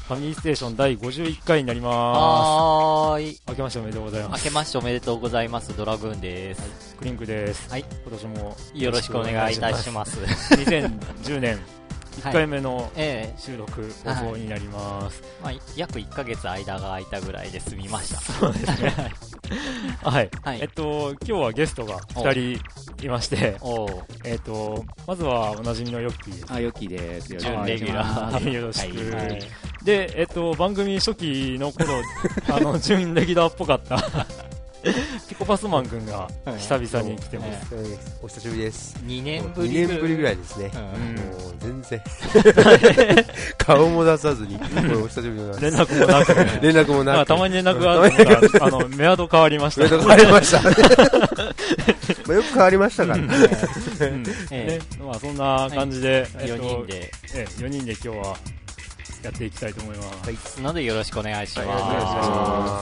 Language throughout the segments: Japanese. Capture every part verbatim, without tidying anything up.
ファミリーステーションだいごじゅういっかいになりまはーい。 す。明けましておめでとうございます。 明けましておめでとうございます。ドラグーンです。はい、 クリンクです。 はい。 今年もよろしくお願いいたします。 にせんじゅうねんいっかいめの収録、放送になります。 はい、まあ、約いっかげつ間が空いたぐらいで済みました。 そうですね。はい、はい。えっと、今日はゲストがふたりいまして、えっと、まずはおなじみのヨッキー。 あ、ヨッキーです。 準レギュラー。 よろしく。はいはい、で、えっと、番組初期の頃、あの、準レギュラーっぽかった。ピコパスマン君が久々に来てます。 はい、お久しぶりです。 にねんぶりにねんぶりぐらいですね。 うん、 もう全然顔も出さずにお久しぶりです。 連絡もなく、ね、 連絡もなく、 たまに連絡があったらあのメアド変わりました。 メアド変わりました。まあよく変わりましたからね。 ね、まあそんな感じで、 はい、えっと、よにんで、 えよにんで今日はやっていきたいと思います。 はい、のでよろしくお願いします。 はい、よろしくお願いします。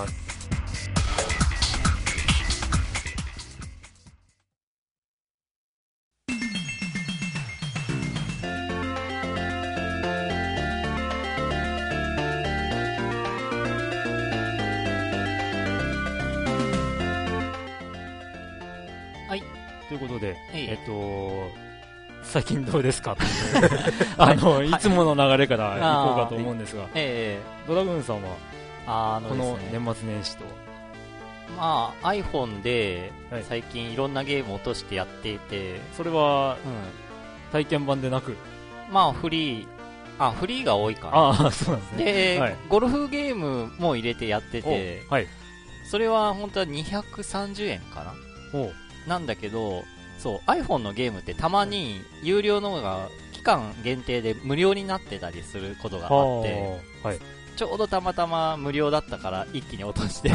ということで、えっと、最近どうですかあの、いつもの流れからいこうかと思うんですが、ドラグーンさんは、あのこの年末年始と、 まあ、iPhone で最近いろんなゲームを落としてやっていて、 それは、体験版でなく、 まあ、フリー、あ、フリーが多いかな。 ああ、そうなんですね。 で、ゴルフゲームも入れてやってて、それは本当はにひゃくさんじゅうえんかな。なんだけど、そう、iPhone のゲームってたまに有料のが期間限定で無料になってたりすることがあって、はい、ちょうどたまたま無料だったから一気に落として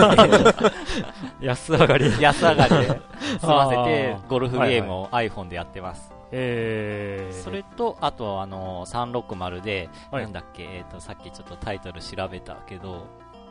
安上がり安上がりで済ませてゴルフゲームを iPhone でやってます。 えー、 それと、あとあのさんろくまるで、はい、なんだっけ、えーと、さっきちょっとタイトル調べたけど、ん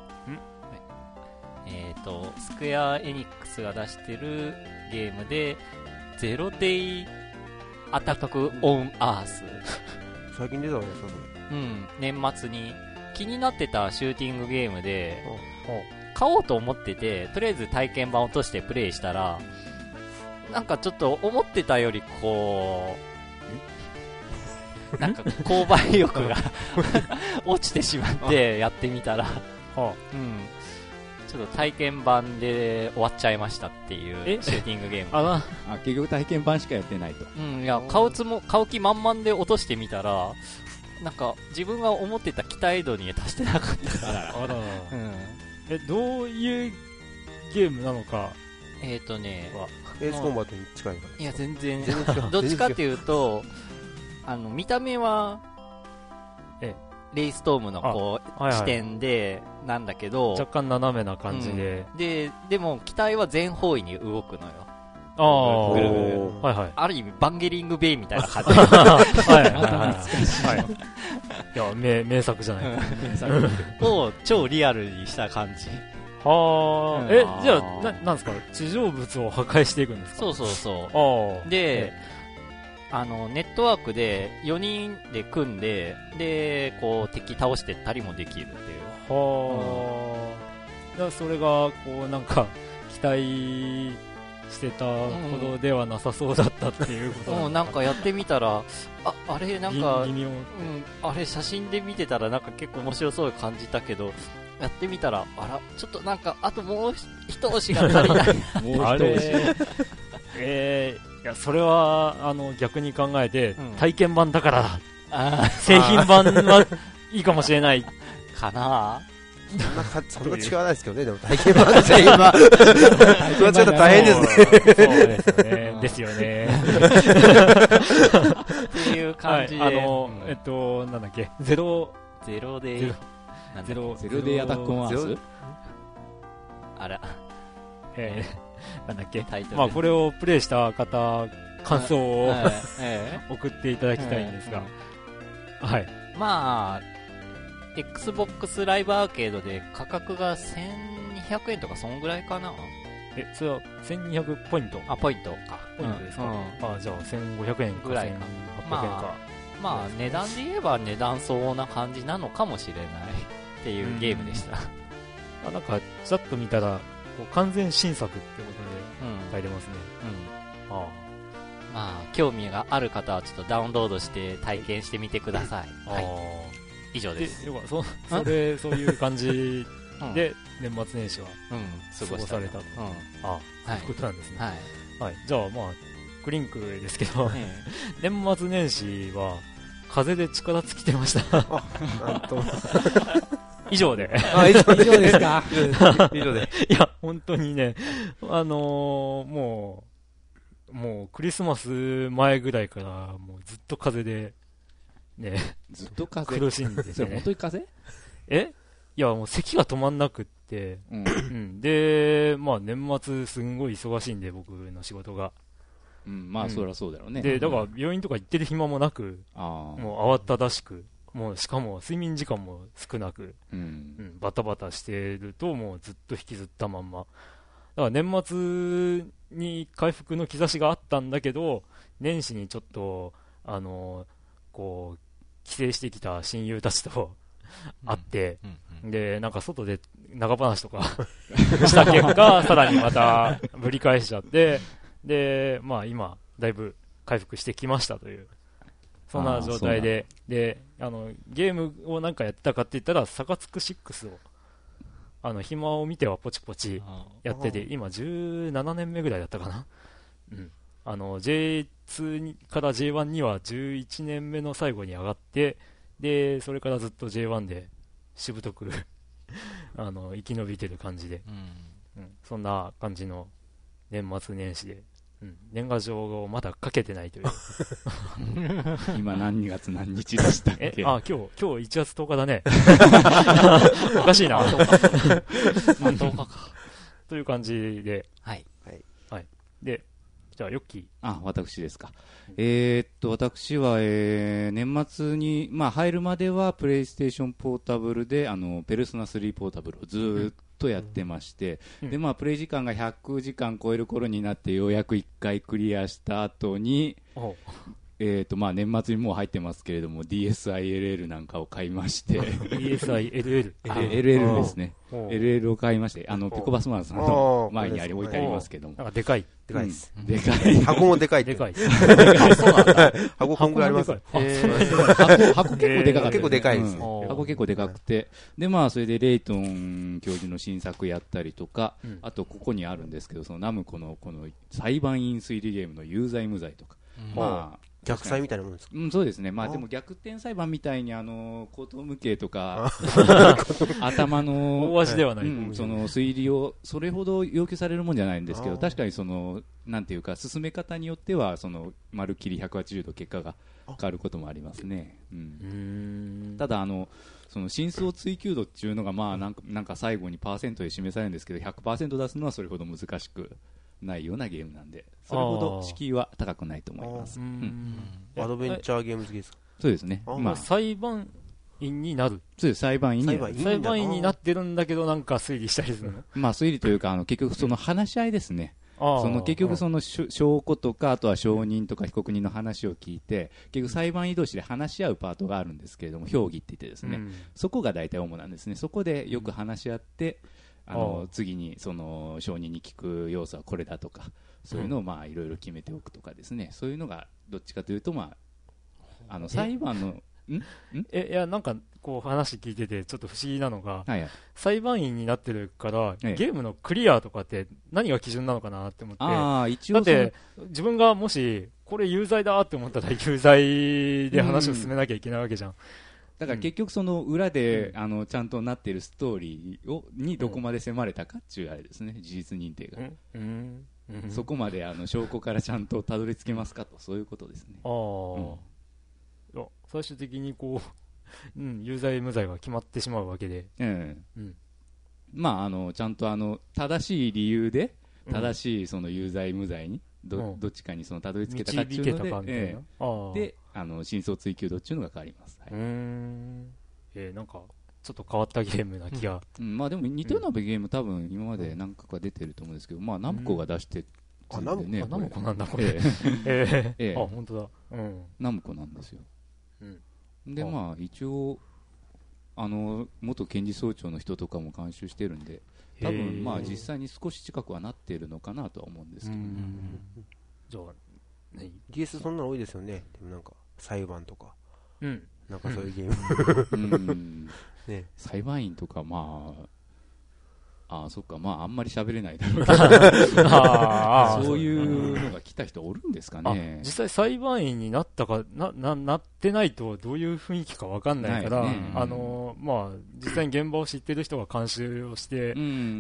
えーと、スクエアエニックスが出してるゲームで、ゼロデイアタックオンアース。 最近出たわね、 うん、年末に気になってたシューティングゲームで、買おうと思ってて、とりあえず体験版落としてプレイしたら、なんかちょっと思ってたよりこう、なんか購買欲が落ちてしまってやってみたら、うん。ちょっと体験版で終わっちゃいましたっていうシューティングゲーム。 ああ、結局体験版しかやってないと。 うん、いや、買うつも、買う気満々で落としてみたら、なんか自分が思ってた期待度に達してなかったから。あら、うん、 え、どういうゲームなのか。 えっとね、 エースコンバットに近いのかな。 いや、全然、どっちかっていうと、あの、見た目は、えレイストームのこう、はいはい、視点でなんだけど若干斜めな感じで、 うん、ででも機体は全方位に動くのよ。 ああ、 ぐるぐる、 はいはい、 ある意味バンゲリングベイみたいな感じはいはいはい、いや名名作じゃない、うん、名作を超リアルにした感じ。 はあ、うん、えじゃあななんですか、地上物を破壊していくんですか。 そうそうそう。あで、あのネットワークでよにんで組んで、でこう敵倒してったりもできるっていう。 はあ、うん、それがこうなんか期待してたほどではなさそうだったっていうことなんですか。 うん、なんかやってみたら、ああれなんか、うん、 微妙、 あれ写真で見てたらなんか結構面白そうに感じたけど、やってみたら、あらちょっとなんかあともう一押しが足りないもう一押しえー、いやそれはあの逆に考えて、うん、体験版だからあ製品版はいいかもしれないかな。 そんなかそんな違わないですけどね。でも体験版製品版それはちょっと大変ですね。 そうですよねですよねっていう感じで、 はい、あの、うん、えっとなんだっけ、ゼロゼロでゼロゼロでアタックオンアース、 あら、 えー、なんだっけ、まあこれをプレイした方感想を送っていただきたいんですが、はい、 まあ Xbox ライブアーケードで価格がせんにひゃくえんとかそんぐらいかな。 え、それはせんにひゃくポイント。 あ、ポイントか。 ポイントですか。うん、あ、じゃあせんごひゃくえんかぐらいか。 せんはっぴゃくえんか。 ままあ値段で言えば値段相応な感じなのかもしれないっていうゲームでした。 あ、なんかちょっと見たらこう完全新作ってことで書いてますね。 うん。うん、ああ。まあ興味がある方はちょっとダウンロードして体験してみてください。はい。以上です。 でそそれそういう感じで年末年始は過ごされたと。うん、ああ、そういうことなんですね。はい。はい、じゃあまあクリンクですけど、年末年始は風で力尽きてました。なんと以上で。 あ、以上ですか。 以上で。 いや本当にね、あのー、もうもうクリスマス前ぐらいからもうずっと風邪でね、 ずっと風苦しんでて、ね。 それ本当に風邪？ え？いやもう咳が止まんなくって、うんうん、でまあ年末すんごい忙しいんで僕の仕事が。 うん、まあそりゃそうだろうね。 でだから病院とか行ってる暇もなく、もう慌ただしく、もうしかも睡眠時間も少なく、うんうん、バタバタしてるともうずっと引きずったまんま。だから年末に回復の兆しがあったんだけど、年始にちょっとあのこう帰省してきた親友たちと会って、うんうんうん、でなんか外で長話とかした結果さらにまたぶり返しちゃって。で、まあ今、だいぶ回復してきましたという、そんな状態で、で、あの、ゲームをなんかやってたかって言ったら、サカツクシックスを、あの、暇を見てはポチポチやってて、今じゅうななねんめぐらいだったかな。うん。あの、ジェイツー から ジェイワン にはじゅういちねんめの最後に上がって、で、それからずっと ジェイワン でしぶとく、あの、生き延びてる感じで、うんうん、そんな感じの年末年始で、うん、年賀状をまだかけてないという今何月何日でしたっけ？ えあ今日今日いちがつとおかだねおかしいなとおかかという感じで、 はいはい、でじゃあヨッキー。 あ、私ですか。えー、っと私は、えー、年末に、まあ、入るまではプレイステーションポータブルであのペルソナスリーポータブルをずーっとやってまして、うん、でまあプレイ時間がひゃくじかん超える頃になってようやくいっかいクリアした後に、えーとまあ、年末にもう入ってますけれども ディーエスアイエルエル なんかを買いましてディーエスアイエルエルエルエル ですね。 エルエル を買いまして、あのピコバスマンさんの前にあり置いてありますけども、 なんかでかいでかいです、 うん、でかい箱もでかいでかい箱こんぐらいあります。 箱, 箱結構でかかった、 結構でかいです、ねうん、箱結構でかくて、でまあそれでレイトン教授の新作やったりとか、うん、あとここにあるんですけど、そのナムコのこの裁判員推理ゲームの有罪無罪とか、うん、まあ逆裁みたいなものですか？ うん、そうですね。まあでも逆転裁判みたいにあの口頭無刑とか頭の大足ではない、 うん、その推理をそれほど要求されるもんじゃないんですけど、確かにそのなんていうか進め方によってはそのまるっきりひゃくはちじゅうど結果が変わることもありますね。うん、うーんただあのその真相追求度っていうのがまあなんかなんか最後にパーセントで示されるんですけど ひゃくパーセント 出すのはそれほど難しくないようなゲームなんで、それほど敷居は高くないと思います。うん、 アドベンチャーゲーム好きですか？ そうですね。 まあ、裁判員になる。 そうです、裁判員になる。 裁判員になってるんだけどなんか推理したりするの？ まあ推理というかあの結局その話し合いですね。その結局その証拠とかあとは証人とか被告人の話を聞いて結局裁判員同士で話し合うパートがあるんですけれども、評議って言ってですね、うん、そこが大体主なんですね。そこでよく話し合って、うん、あの次にその証人に聞く要素はこれだとかそういうのをまあいろいろ決めておくとかですね、そういうのがどっちかというとまああの裁判のんんえいやなんかこう話聞いててちょっと不思議なのが、 はいはい、 裁判員になってるから、ええ、ゲームのクリアとかって何が基準なのかなって思って、 あ一応だって自分がもしこれ有罪だって思ったら有罪で話を進めなきゃいけないわけじゃん、うん、 だから結局その裏で、うん、あのちゃんとなっているストーリーをにどこまで迫れたかっていうあれですね、事実認定が、うんうんうん、そこまであの証拠からちゃんとたどり着けますかと、そういうことですね。あ、 うん、最終的にこう、うん、有罪無罪は決まってしまうわけで、 うんうん、まああのちゃんとあの正しい理由で正しいその有罪無罪に ど,、うん、どっちかにそのたどり着けたかっていうので、えー、であの真相追求度っていうのが変わります、はい、うーん、えー、なんかちょっと変わったゲームな気が、 うんうん、まあでも似たようなゲーム多分今まで何個か出てると思うんですけど、まあナムコが出してあ、ナムコなんだこれ、えー、えー、えー、あ、本当だ、うん、 ナムコなんですよ。 うん、でまあ一応あの元検事総長の人とかも監修してるんで、多分まあ実際に少し近くはなっているのかなとは思うんですけど、ね、 じゃあ ディーエス そんなの多いですよね。でもなんか裁判とか、うん、なんかそういうゲーム、うんね、裁判員とかまあああそっか、まああんまり喋れないだろうけどそういうのが来た人おるんですかね。 実際裁判員になったか な, な, なってないとどういう雰囲気か分かんないから、ね、あのまあ実際に現場を知ってる人が監修をして、うん、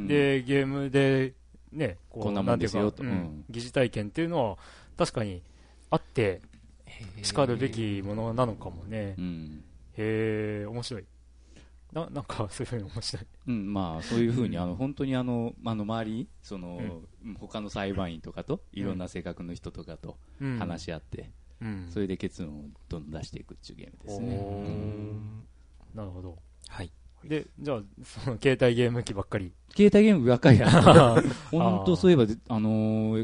でゲームでねこうこんなもんですよと、 うん、疑似体験っていうのは確かにあってしかるべきものなのかもね。うん、へえ面白い。な, なんかそういうふうに面白い、 うん、まあそういうふうにあの本当にあの、あの周りその、うん、他の裁判員とかといろんな性格の人とかと話し合って、うん、それで結論をどんどん出していくっていうゲームですね。うん、 なるほど。はい。でじゃあその携帯ゲーム機ばっかり携帯ゲームばっかりや本当そういえばあの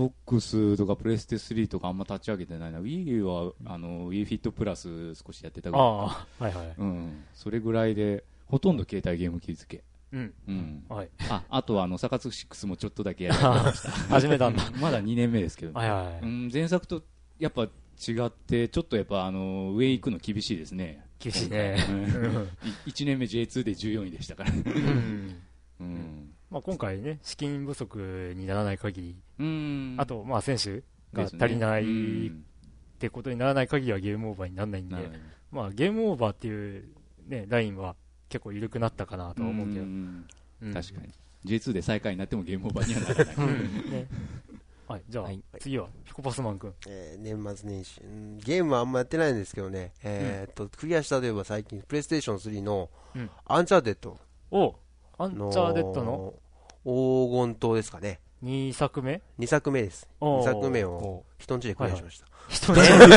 Xbox とかプレステスリーとかあんま立ち上げてないな。 Wii はあの Wii Fit プラス少しやってたぐらい、あ、はいはい、うん、それぐらいでほとんど携帯ゲーム機付け、うんうんはい、あ, あとはあのサカツシックスもちょっとだけやりました始めたんだまだにねんめですけど、ね、はいはい、うん、前作とやっぱ違ってちょっとやっぱあの上行くの厳しいですね。 厳しいねいちねんめ ジェイツー でじゅうよんいでしたからうんうんまあ、今回ね資金不足にならない限り、うんあとまあ選手が足りない、ね、ってことにならない限りはゲームオーバーにならないんで、まあ、ゲームオーバーっていう、ね、ラインは結構緩くなったかなとは思うけど、うんうん、確かに ジェイツー で最下位になってもゲームオーバーにはならない、うんねはい、じゃあ、はい、次はピコパスマン君、 えー、年末年始、うん、ゲームはあんまやってないんですけどね、えーっとうん、クリアしたといえば最近プレイステーションスリーのアンチャーテッド、 うん、おアンチャーテッドの黄金島ですかね。 にさくめ ?に作目です。にさくめを人んちでクリアしました。 人んち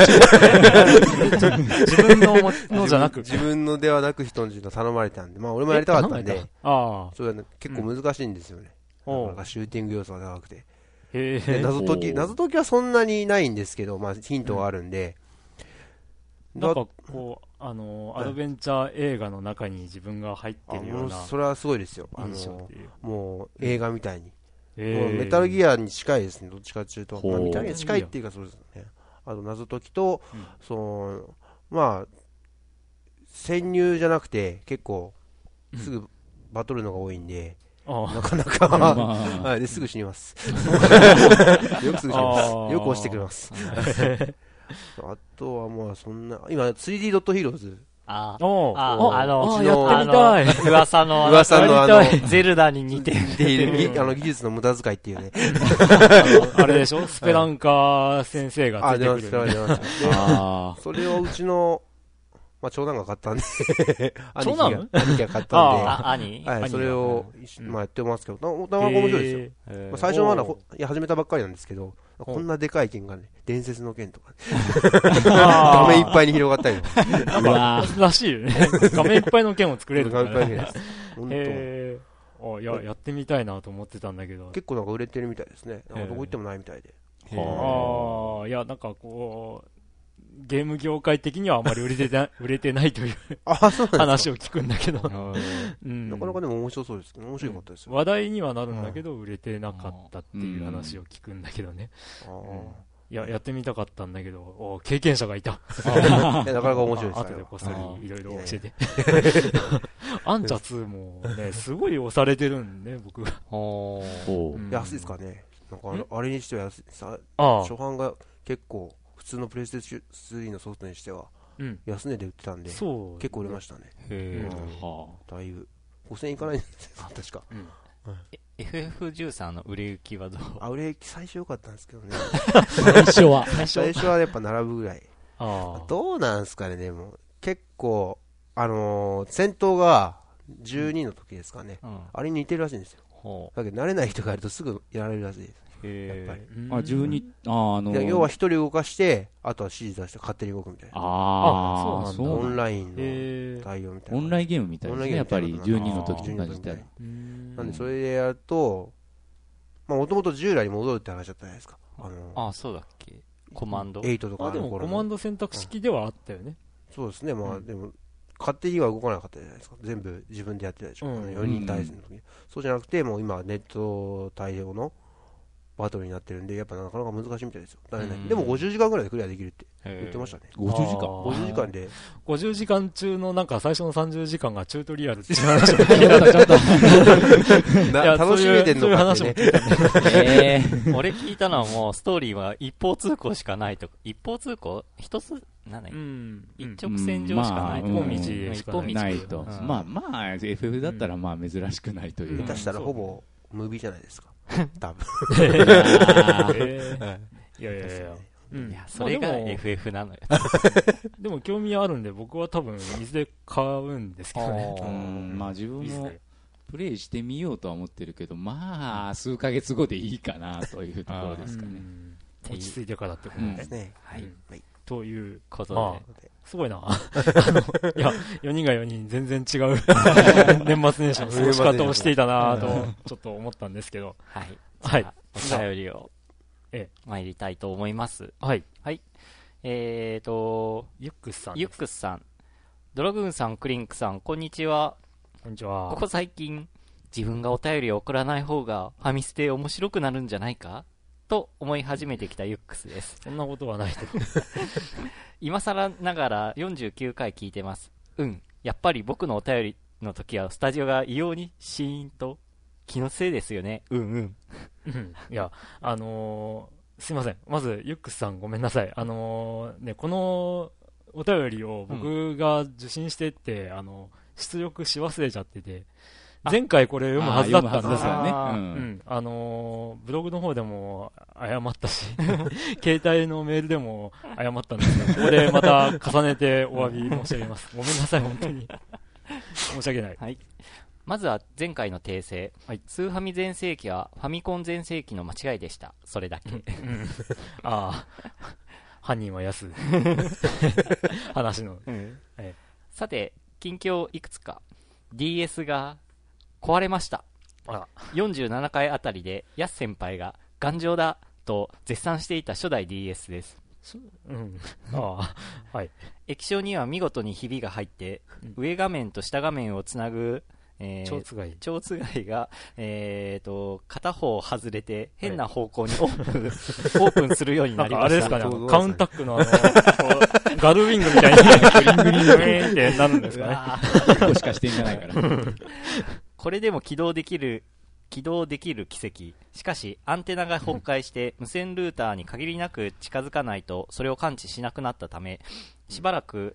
自分ののじゃなく自分のではなく人んちの頼まれたんで、まあ俺もやりたかったんで、あそれは、ね、結構難しいんですよね。うん、なんかシューティング要素が高くて。へで謎解き謎解きはそんなにないんですけど、まあ、ヒントがあるんで、 うん、なんかこうあのアドベンチャー映画の中に自分が入ってるような、 それはすごいですよ。あのもう映画みたいに、もうメタルギアに近いですね。どっちかというと、まあ、メタルギアに近いっていうかそうですね。あと謎解きと、うん、そのまあ潜入じゃなくて結構すぐバトルのが多いんで。ああなかなか、まあはい、ですぐ死にますよくすぐ死にますよく押してくれますあとはまあそんな今 スリーディー ドットヒーローズあああのやってみたい噂の噂のあのゼルダに似てるあの技術の無駄遣いっていうねあれでしょスペランカー先生がついてくる、 ね、あそれをうちのまあ、長男が買ったんで長男兄貴が買ったんであ兄、 はい、それを、まあ、やってますけどなかなか面白いですよ、まあ、最初はまだいや始めたばっかりなんですけどこんなでかい剣がね伝説の剣とか、ね、画面いっぱいに広がったりらしいよね画面いっぱいの剣を作れるからね本当あいややってみたいなと思ってたんだけど結構なんか売れてるみたいですねどこ行ってもないみたいでああいやなんかこうゲーム業界的にはあまり売れてな売れてないという話を聞くんだけどうん、なかなかでも面白そうですね面白かったですよ、 話題にはなるんだけど売れてなかったっていう話を聞くんだけどね、うん、いややってみたかったんだけどお経験者がいたなかなか面白いです後でこっそりいろいろ教えてアンチャツーもねすごい押されてるんね僕が安いですかねなんかあれにしては安いさ初版が結構普通のプレイステーションスリーのソフトにしては安値で売ってたんで、うん、結構売れましたね。へー、うん、だいぶごせんえんいかないんですよ確か、うんうん、エフエフじゅうさん の売れ行きはどう？ あ売れ行き最初良かったんですけどね最初は最初はやっぱ並ぶぐらいあどうなんすかねでも結構あのー、戦闘がじゅうにの時ですかね、うん、あれに似てるらしいんですよ、うん、だけど慣れない人がやるとすぐやられるらしいですやっぱりあじゅうにあ、あのー、 要は一人動かしてあとは指示出して勝手に動くみたいなああそうなんだオンラインの対応みたいなオンラインゲームみたいですねやっぱりじゅうにの時と同じでなんでそれでやるともともと従来に戻るって話だったじゃないですかあのあそうだっけコマンドはちとかあでもコマンド選択式ではあったよね、 そうですね、まあ、うん、でも勝手には動かなかったじゃないですか。全部自分でやってたでしょ、うん、よにん対戦の時に、うん、そうじゃなくてもう今ネット対応のバトルになってるんで、やっぱなかなか難しいみたいですよ。だね、でもごじゅうじかんぐらいでクリアできるって言ってましたね。 ごじゅうじかん ?ごじゅうじかんで。 ごじゅうじかん中のなんか最初のさんじゅうじかんがチュートリアルっていう話を聞いた。ちょっと楽しめてんのかってね。 えー、俺聞いたのはもうストーリーは一方通行しかないと。一方通行一つ、なんだ、うん、一直線上しかないと。 一本道しかないと。まあまあ、エフエフ だったらまあ珍しくないという。 下手したらほぼムービーじゃないですか。多分。 いやいやいや。 うん、いやそれが エフエフ なのよ。 でも興味あるんで僕は多分水で買うんですけどね。 うんまあ自分もプレイしてみようとは思ってるけど、まあ数ヶ月後でいいかなというところですかね。 落ち着いてからってことですね。はい。ということで、 すごいな。あのいやよにんがよにん全然違う年末年始の過ごし方をしていたなとちょっと思ったんですけど。 はい。はい。お便りを。ええ、参りたいと思います。 はい。 はい。えーと、 ユックスさん。 ユックスさん。ドラグーンさん、クリンクさん、こんにちは。 こんにちは。 ここ最近、自分がお便りを送らない方がファミステ面白くなるんじゃないかと思い始めてきたユックスです。 そんなことはないと。 今更ながらよんじゅうきゅうかい聞いてます。うん。やっぱり僕のお便りの時はスタジオが異様にシーンと気のせいですよね。うんうん。 うん、いや、あのー、すいません。まず、ユックスさんごめんなさい。あのー、ね、このお便りを僕が受信してって、うん、あの、出力し忘れちゃってて、前回これ読むはずだったんですよね。うん。あのー、ブログの方でも謝ったし、携帯のメールでも謝ったんですけど、ここでまた重ねてお詫び申し上げます。ごめんなさい、本当に。申し訳ない。 はい。まずは前回の訂正、はい、スーファミ全盛期はファミコン全盛期の間違いでした。それだけ。うん、 ああ、犯人は安話の、うんはい、さて近況いくつか。 ディーエス が壊れました。あよんじゅうななかいあたりでヤス先輩が頑丈だと絶賛していた初代 ディーエス です。 うん、ああ、はい。 液晶には見事にひびが入って、うん、上画面と下画面をつなぐえー、 蝶つがい蝶つがいが、えー、と片方外れて変な方向にオープン、はい、オープンするようになりました。 あれですかね、カウンタックのあのガルウィングみたいにグリングリングリンってなるんですかね。 一個しかしてんじゃないからこれでも起動できる起動できる奇跡。しかしアンテナが崩壊して無線ルーターに限りなく近づかないとそれを感知しなくなったため、しばらく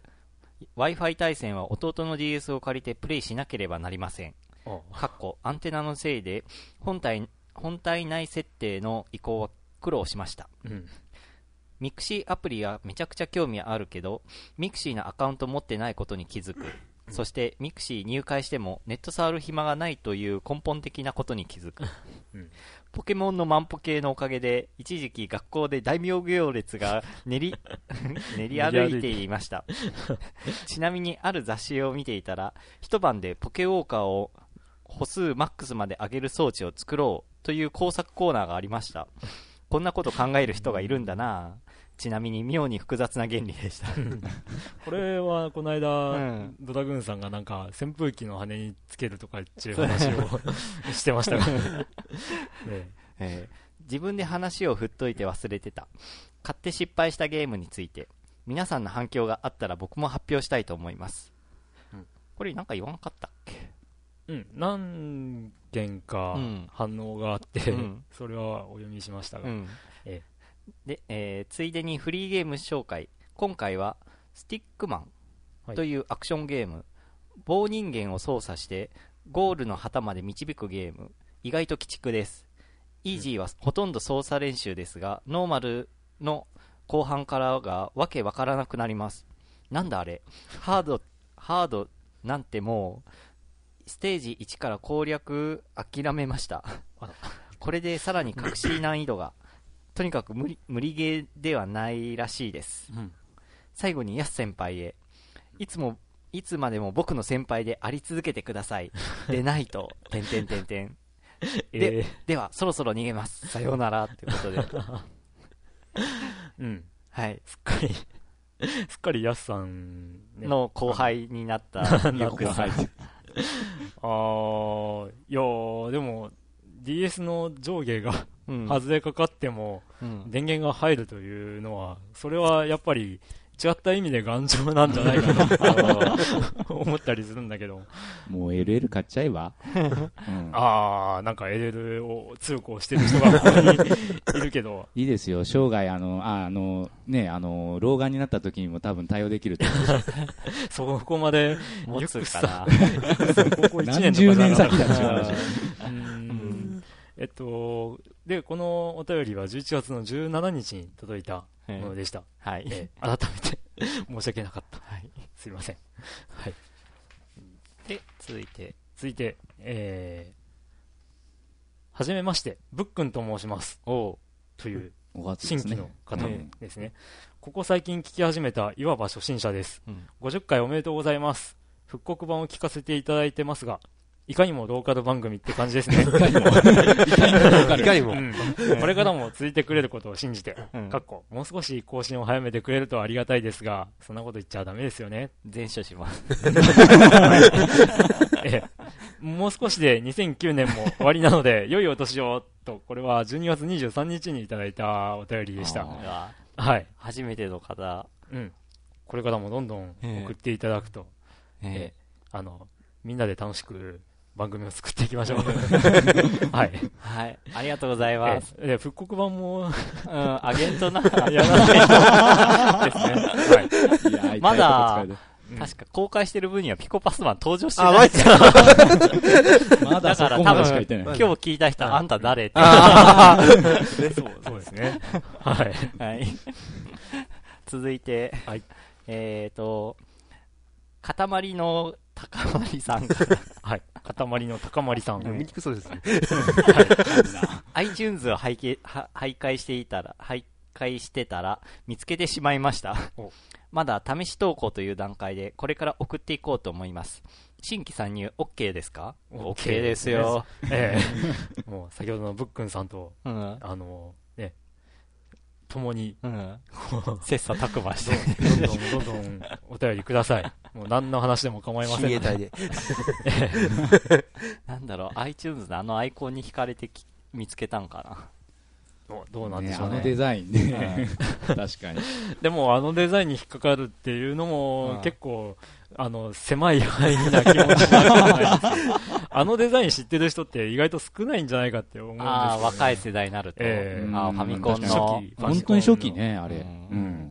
Wi-Fi 対戦は弟の ディーエス を借りてプレイしなければなりません。かっこアンテナのせいで本体、本体内設定の移行は苦労しました。うん、ミクシーアプリはめちゃくちゃ興味あるけど、ミクシーのアカウント持ってないことに気づく。そしてミクシー入会してもネット触る暇がないという根本的なことに気づく。うん、ポケモンの万歩計のおかげで一時期学校で大名行列が練り練り歩いていましたちなみにある雑誌を見ていたら、一晩でポケウォーカーを歩数マックスまで上げる装置を作ろうという工作コーナーがありました。こんなこと考える人がいるんだな。ちなみに妙に複雑な原理でしたこれはこの間、うん、ドラグーンさんがなんか扇風機の羽につけるとかっていう話をしてましたが、ねえー、自分で話を振っといて忘れてた。買って失敗したゲームについて皆さんの反響があったら僕も発表したいと思います。うん、これなんか言わなかったっけ。 うん、何件か反応があって、うん、それはお読みしましたが、うんえーで、えー、ついでにフリーゲーム紹介。今回はスティックマンというアクションゲーム、はい、棒人間を操作してゴールの旗まで導くゲーム。意外と鬼畜です。イージーはほとんど操作練習ですが、ノーマルの後半からがわけわからなくなります。なんだあれ、ハードハードなんてもうステージいちから攻略諦めましたこれでさらに隠し難易度がとにかく無理、無理ゲーではないらしいです。うん、最後にヤス先輩へ、いつもいつまでも僕の先輩であり続けてください。でないとてんてんてんてん。で、えー、ではそろそろ逃げます。さようならってことで。 うん、 はい。 すっかりすっかりヤスさん、 ね、の後輩になったユックさん。 あー、いやー、でも、ディーエス の上下が外れかかっても、うん、電源が入るというのは、それはやっぱり違った意味で頑丈なんじゃないかなと思ったりするんだけど。 もう エルエル 買っちゃえば、うん、 あー、なんか エルエル を通行してる人がここにいるけど。 いいですよ、生涯、あの、あ、あの、ね、あの、老眼になった時にも多分対応できると思う。 そこまで持つかな。 ここいちねんとか何十年先だって話。 えっと、で、このお便りはじゅういちがつのじゅうしちにちに届いたものでした。 はい。 えー、改めて申し訳なかった。はい。すいません。はい。 で、続いて。 続いて、えー、はじめまして、ぶっくんと申します。 おという、新規の方ですね。ここ最近聞き始めた、いわば初心者です。うん、ごじゅっかいおめでとうございます。復刻版を聞かせていただいてますが、いかにもローカル番組って感じですね。いかにも。 いかにも。 これからも続いてくれることを信じて、うん、かっこ、もう少し更新を早めてくれるとありがたいですが、そんなこと言っちゃダメですよね。 全書します。 ええ、もう少しでにせんきゅうねんも終わりなので、良いお年をと、これはじゅうにがつにじゅうさんにちにいただいたお便りでした。はい。 初めての方。 うん。これからもどんどん送っていただくと、ええええ、あの、みんなで楽しく、番組を作っていきましょう。はい。 はい。ありがとうございます。 え、復刻版も、 うん、アゲントな、 やらないですね。 はい。まだ、確か公開してる分にはピコパスマン登場してない。 あ、マジか。まだだから多分、今日聞いた人、あんた誰って。 そう、そうですね。はい。 はい。続いて、 はい。 えっと、塊の高まりさんから。 はい。塊の高まりさん。 見にくそうですね。 はい。iTunes を拝見、徘徊していたら、徘徊してたら、見つけてしまいました。まだ試し投稿という段階で、これから送っていこうと思います。新規参入 OK ですか？ OK ですよ。ええ。もう先ほどのブックンさんと、うん、あの、ね、共に、 うん、切磋琢磨して、 どんどんどんどんお便りください。もう何の話でも構いません。 親衛隊で。 なんだろう、iTunes のあのアイコンに惹かれてき見つけたんかな。 どうなんでしょうね。 あのデザインね。確かに。 でもあのデザインに引っかかるっていうのも結構、あの、狭い範囲な気持ちになるじゃないですか。あのデザイン知ってる人って意外と少ないんじゃないかって思うんですよね。 ああ、若い世代になると。 えー、あファミコンの。 初期。本当に初期ね、あれ。うん。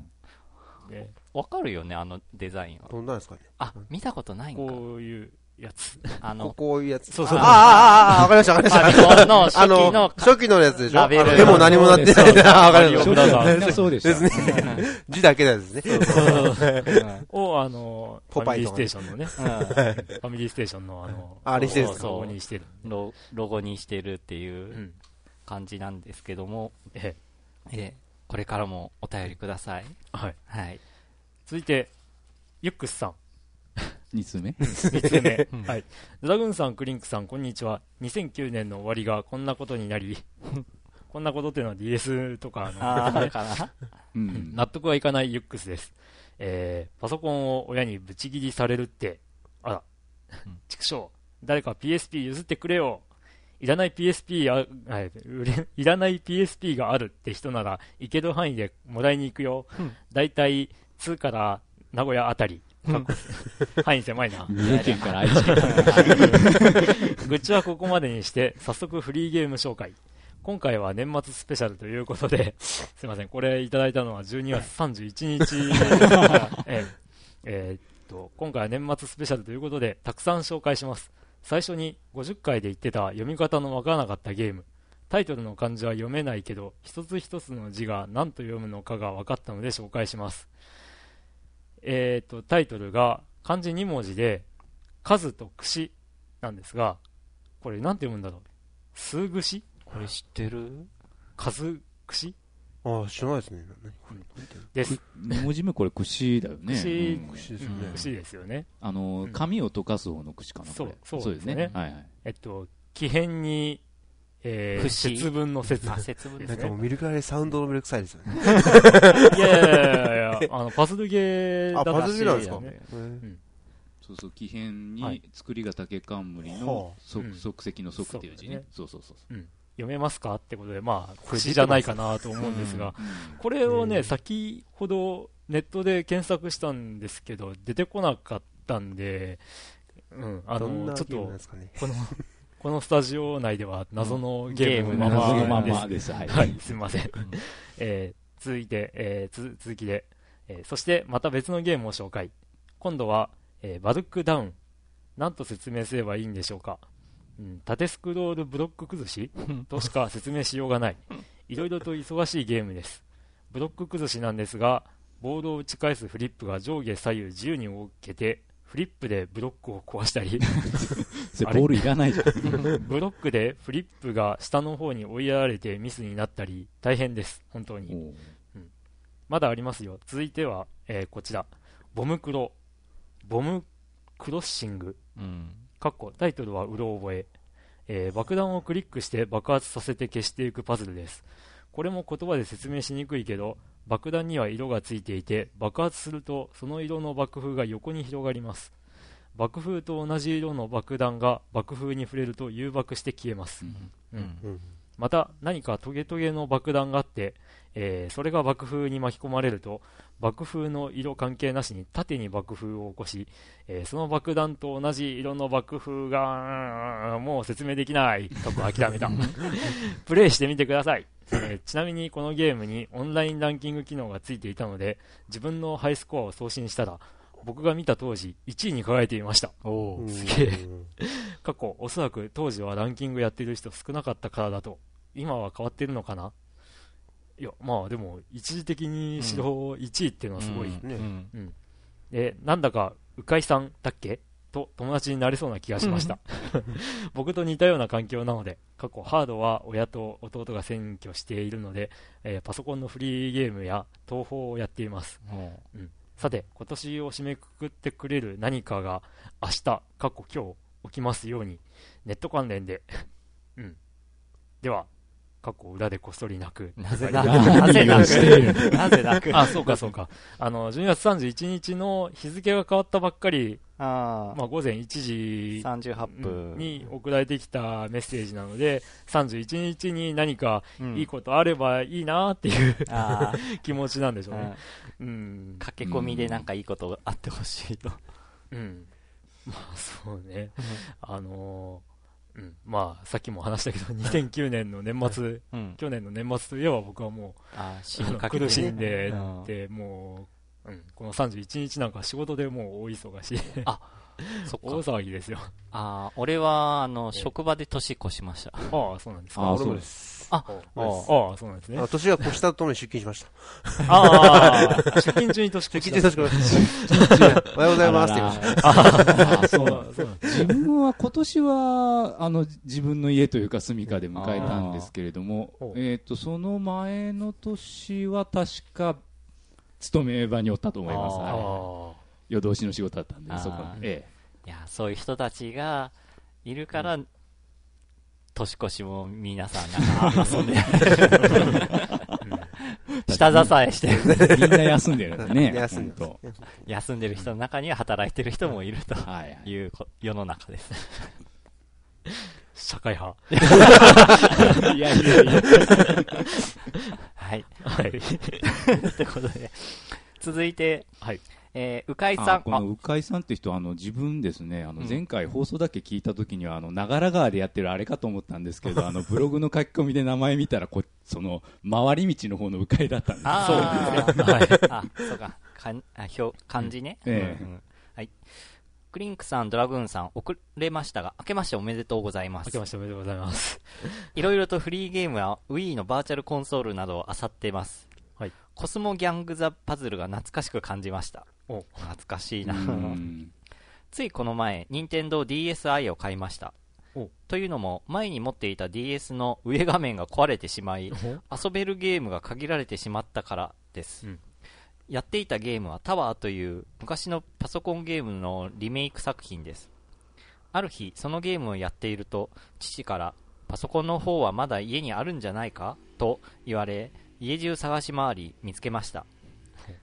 わかるよね、あのデザインは。 どんなんですかね。 あ、見たことないんか。 こういうやつ。 あの、こういうやつ。 そうそう。 ああ、ああ、わかりました、わかりました。 ファミコンの初期の。 初期のやつでしょ。 ラベル。 でも何もなってないな。わかりました。そうでした。 ですね。字だけですね。 を、あの、ファミリーステーションのね。ファミリーステーションのあの、 あれしてる。 ロゴにしてる。 ロゴにしてるっていう感じなんですけども、ええ、これからもお便りください。 はい。 はい。 続いて、ユックスさん。 につうめ ?につめ。はい。ドラグーンさん、クリンクさん、こんにちは。にせんきゅうねんの終わりがこんなことになり、こんなことっていうのは ディーエス とかの、 あるかな、 うん、納得はいかないユックスです。えー、パソコンを親にブチ切りされるって、あら、畜生、誰か ピーエスピー 譲ってくれよ。いらない ピーエスピー あ、いらない ピーエスピー があるって人なら、行ける範囲でもらいに行くよ。だいたいにから名古屋あたり。範囲狭いな。 三重県から愛知県から。 愚痴はここまでにして、早速フリーゲーム紹介。今回は年末スペシャルということで、すいません、これいただいたのはじゅうにがつさんじゅういちにち、えーえー、っと、今回は年末スペシャルということで、たくさん紹介します。最初にごじゅっかいで言ってた読み方のわからなかったゲーム。タイトルの漢字は読めないけど、一つ一つの字が何と読むのかが分かったので紹介します。えーと、タイトルが漢字にもじで、数と串なんですが、これなんて読むんだろう。数串？ これ知ってる？ 数串？ ああ、知らないですね。 です。 にもじめこれ串だよね。 串、うん、串ですよね。串ですよね。 あの、紙を溶かす方の串かな。 そう、 そうですね。はいはい。 えっと、木片に、えー、節分の節。 あ、節分ですね。 なんかもう見るからいサウンドの魅力臭いですよね。 いやいやいやいや、 あのパズルゲーだったらしいですよね。そうそう、木片に作りが竹冠の即席の即っていう字ね。そうそうそう。 読めますかってことで、まあ口じゃないかなと思うんですが、これをね、先ほどネットで検索したんですけど出てこなかったんで、うん、あのちょっとこのこのスタジオ内では謎のゲームのままです。はい、すみません。えー、続いて、えー、つ続きで、えー、そしてまた別のゲームを紹介。今度は、えー、バルクダウン。何と説明すればいいんでしょうか。うん、縦スクロールブロック崩しとしか説明しようがない。いろいろと忙しいゲームです。ブロック崩しなんですが、ボールを打ち返すフリップが上下左右自由に動けて、フリップでブロックを壊したりボールいらないじゃんブロックでフリップが下の方に追いやられてミスになったり大変です本当に、うん、まだありますよ。続いては、えー、こちらボムクロボムクロッシング、うん、かっこタイトルはうろ覚え、えー、爆弾をクリックして爆発させて消していくパズルです。これも言葉で説明しにくいけど、爆弾には色がついていて、爆発するとその色の爆風が横に広がります。爆風と同じ色の爆弾が爆風に触れると誘爆して消えます、うんうんうん、また何かトゲトゲの爆弾があって、えー、それが爆風に巻き込まれると爆風の色関係なしに縦に爆風を起こし、えー、その爆弾と同じ色の爆風がもう説明できないとこ諦めたプレイしてみてください。えー、ちなみにこのゲームにオンラインランキング機能がついていたので、自分のハイスコアを送信したら僕が見た当時いちいに輝いていました。おー、すげえ過去おそらく当時はランキングやってる人少なかったからだと。今は変わってるのかな。いやまあでも一時的に白いちいっていうのはすごい、うんうんうん、でなんだか鵜飼さんだっけと友達になれそうな気がしました僕と似たような環境なので、過去ハードは親と弟が占拠しているので、えー、パソコンのフリーゲームや東宝をやっています、うん、さて今年を締めくくってくれる何かが明日過去今日起きますように、ネット関連で、うん、では過去裏でこっそり泣く。 なぜ泣くなぜ泣くなぜ泣くあ、そうかそうか。あの、じゅうにがつさんじゅういちにちの日付が変わったばっかり、あまあ午前いちじさんじゅうはっぷんに送られてきたメッセージなので、さんじゅういちにちに何かいいことあればいいなっていう、うん、気持ちなんでしょうね。 うん、駆け込みでなんかいいことあってほしいと。 うん。まあそうね。あのーうん、まあさっきも話したけどにせんきゅうねんの年末、うん、去年の年末といえば僕はもうああ苦しんでって、うん、もう、うん、このさんじゅういちにちなんか仕事でもう大忙しあそっか大騒ぎですよ。 あ俺はあの職場で年越しました。 ああそうなんですか。 あ俺もです。 あああそうなんですね。 年が越したとともに出勤しました。 ああ出勤中に年越した。 出勤中に年越した。おはようございますって言いました。 あそう自分は今年はあの自分の家というか住処で迎えたんですけれども、えっとその前の年は確か勤め場におったと思います。はい、夜通しの仕事だったんで、そこに、ええ、いやそういう人たちがいるから、うん、年越しも皆さんが遊んで下支えしてみんな休んでるんだね。 休んで休んでる人の中には働いてる人もいるという世の中です。 社会派。 いやいやいや。 はい。はい。ということで、続いて、はい。えー、鵜飼さん。 この鵜飼さんって人は、あの、自分ですね、あの、前回放送だけ聞いたときには、あの、長良川でやってるあれかと思ったんですけど、あの、ブログの書き込みで名前見たら、こその、回り道の方の鵜飼だったんです。 あそうですね。はい。あ、そうか。かんあ表漢字ね。うん、ええ、うん。はい。クリンクさん、ドラグーンさん、遅れましたが、明けましておめでとうございます。 明けましておめでとうございます。 いろいろとフリーゲームや Wii のバーチャルコンソールなどを漁っています。はい。コスモギャングザパズルが懐かしく感じました。お、懐かしいな。ついこの前、任天堂 ディーエスアイ を買いました。というのも、前に持っていた ディーエス の上画面が壊れてしまい、遊べるゲームが限られてしまったからです。うん、やっていたゲームはタワーという昔のパソコンゲームのリメイク作品です。ある日そのゲームをやっていると父からパソコンの方はまだ家にあるんじゃないかと言われ、家中探し回り見つけました。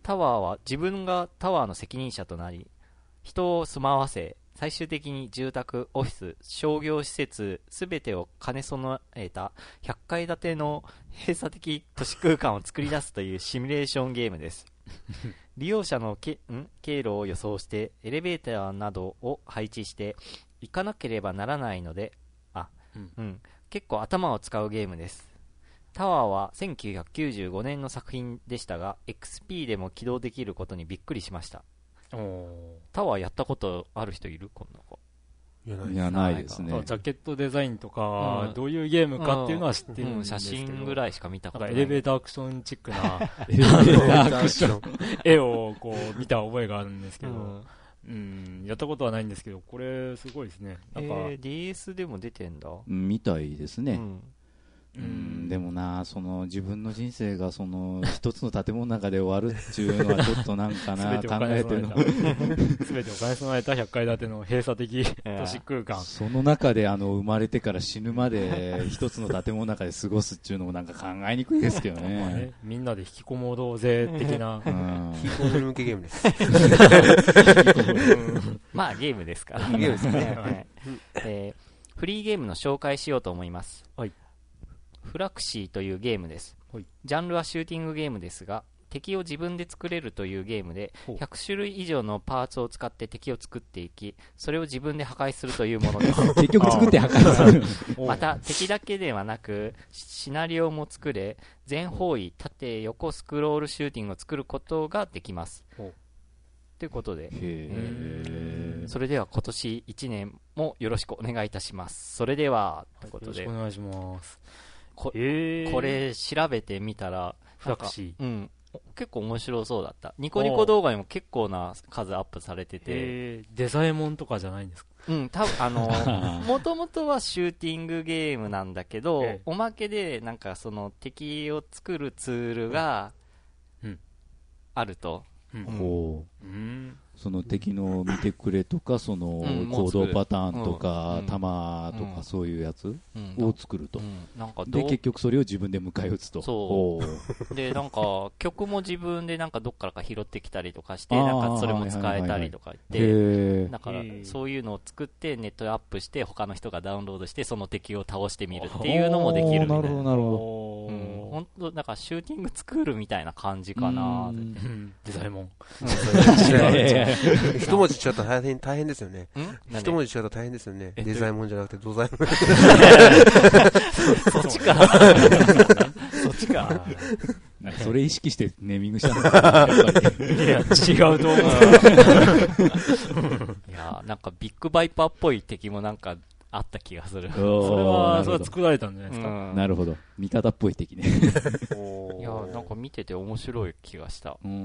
タワーは自分がタワーの責任者となり、人を住まわせ、最終的に住宅、オフィス、商業施設すべてを兼ね備えたひゃっかい建ての閉鎖的都市空間を作り出すというシミュレーションゲームです。利用者のけん経路を予想してエレベーターなどを配置して行かなければならないので、あ、うんうん、結構頭を使うゲームです。タワーはせんきゅうひゃくきゅうじゅうごねんの作品でしたが エックスピー でも起動できることにびっくりしました。おタワーやったことある人いる？こんな子いや、ないですね。 ジャケットデザインとか、うん、どういうゲームかっていうのは知ってるんですけど、うん、 写真ぐらいしか見たことない。 エレベーターアクションチックなエレベーターアクション絵をこう見た覚えがあるんですけど、うんうん、やったことはないんですけど、これすごいですね。なんか、 えー、ディーエス でも出てんだ。 みたいですね。うんうん、でもな、その自分の人生がその一つの建物の中で終わるっていうのはちょっとなんかな考えてるのすべてお金備えたひゃっかい建ての閉鎖的都市空間、 その中であの生まれてから死ぬまで一つの建物の中で過ごすっていうのもなんか考えにくいですけど ね, ねみんなで引きこもろうぜ的な、 うん、引きこもり向けゲームですまあゲームですからゲームですね、はいえー、フリーゲームの紹介しようと思います。はい、フラクシーというゲームです。ジャンルはシューティングゲームですが、敵を自分で作れるというゲームでひゃくしゅるい以上のパーツを使って敵を作っていき、それを自分で破壊するというものです結局作って破壊するまた敵だけではなくシナリオも作れ、全方位縦横スクロールシューティングを作ることができますということで、へー、それでは今年いちねんもよろしくお願いいたします。それではということでよろしくお願いします。 こ, これ調べてみたらフラクシー、 うん、結構面白そうだった。ニコニコ動画にも結構な数アップされてて、 デザイモンとかじゃないんですか？ うん、多分あのもともとはシューティングゲームなんだけど、おまけでなんかその敵を作るツールがあると、うんうんうんうん、その敵の見てくれとか、その行動パターンとか、弾とかそういうやつを作ると、で結局それを自分で迎え撃つと。 そうでなんか曲も自分でなんかどっからか拾ってきたりとかして、なんかそれも使えたりとか言って、だからそういうのを作ってネットでアップして他の人がダウンロードしてその敵を倒してみるっていうのもできるみたいな。なるほどなるほど、うん、本当だからシューティングスクールみたいな感じかな。 デザイモン一文字違ったら大変、大変ですよね。一文字違ったら大変ですよね。デザイモンじゃなくてドザイモンそっちかそっちかそれ意識してネーミングしたのかなやっぱりいや違うと思ういやなんかビッグバイパーっぽい敵もなんかあった気がする。 それはそれは作られたんじゃないですか。 うん、なるほど、味方っぽい敵ねいやなんか見てて面白い気がした。うん、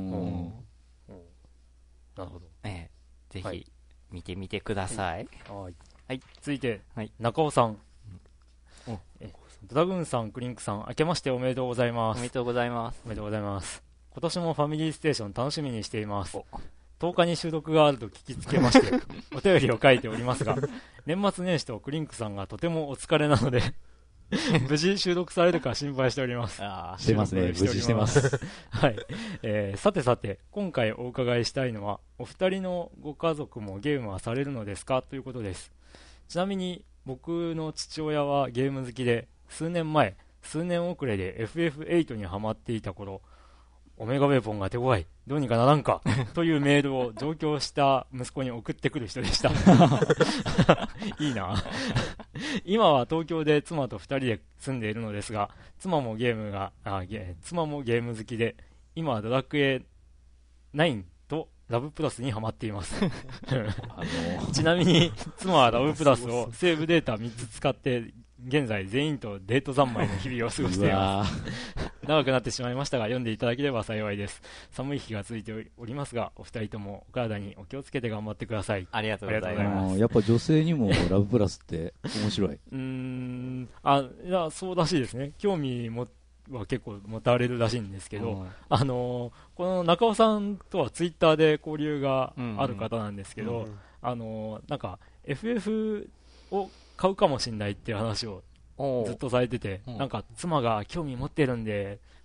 なるほど、 ええ、ぜひ、はい、見てみてください。 はい、はい、続いて、はい、中尾さん、うん、えドラグーンさん、クリンクさん、明けましておめでとうございます。 おめでとうございます。 おめでとうございます。今年もファミリーステーション楽しみにしています。とおかに収録があると聞きつけましてお便りを書いておりますが、年末年始とクリンクさんがとてもお疲れなので無事収録されるか心配しております。 あしてますね、無事してますはい、えー、さてさて今回お伺いしたいのは、お二人のご家族もゲームはされるのですかということです。ちなみに僕の父親はゲーム好きで、数年前数年遅れで エフエフエイト にハマっていた頃、オメガウェポンが手強い、どうにかならんかというメールを上京した息子に送ってくる人でしたいいな今は東京で妻とふたりで住んでいるのですが、妻もゲームがあゲ妻もゲーム好きで、今はドラクエナインとラブプラスにハマっていますちなみに妻はラブプラスをセーブデータみっつ使って現在全員とデート三昧の日々を過ごしています長くなってしまいましたが読んでいただければ幸いです。寒い日が続いておりますが、お二人ともお体にお気をつけて頑張ってください。 ありがとうございます。 やっぱ女性にもラブプラスって面白い。 うーんあいやそうらしいですね。興味もは結構持たれるらしいんですけど、あのー、この中尾さんとはツイッターで交流がある方なんですけど、うんうん、あのー、なんか エフエフ を買うかもしれないっていう話をずっとされてて、うん、なんか妻が興味持ってるんで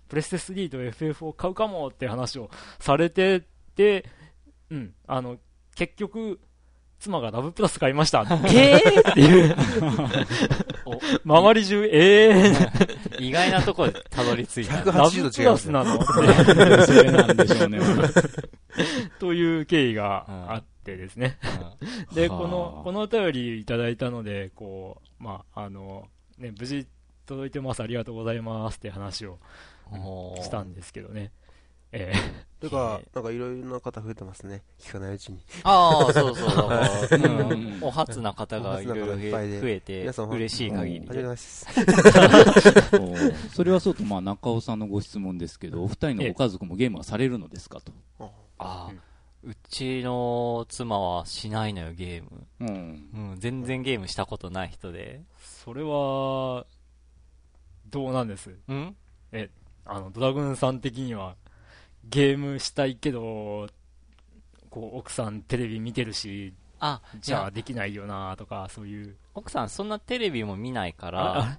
プレステスリーと エフエフ を買うかもって話をされてて、うん、あの、結局、妻がラブプラス買いました。えーっていう。周り中、えー意外なところでたどり着いた。 ひゃくはちじゅうど違います、 ラブプラスなのそれなんでしょうね。 という経緯があってですね。で、この、このお便りいただいたので、こう、まあ、あの、ね、無事届いてます、ありがとうございますって話をしたんですけどね。ええー。とか、なんかいろいろな方増えてますね。聞かないうちに。 ああ、そうそう。だから、うん、お初な方がいろいろ増えて、嬉しい限りで。 それはそうと、まあ、中尾さんのご質問ですけど、お二人のご家族もゲームはされるのですかと。 ああ、うちの妻はしないのよ、ゲーム。うん。うん、全然ゲームしたことない人で。 それは、どうなんですんえ、あの、ドラグーンさん的には、ゲームしたいけど、こう奥さんテレビ見てるし、あ、じゃあできないよなとか、そういう。 奥さんそんなテレビも見ないから、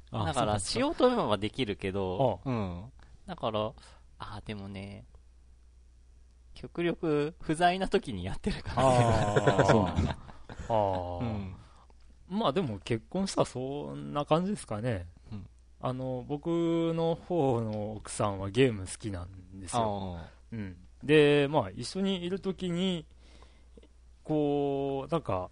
だからしようと思えばできるけど、うん。だから、あ、でもね、極力不在な時にやってるからね。ああ、そうなんだ。ああ、うん。まあでも結婚したらそんな感じですかね。うん、あの、僕の方の奥さんはゲーム好きなんですよ。うん、で、まあ、一緒にいるときに、こう、なんか、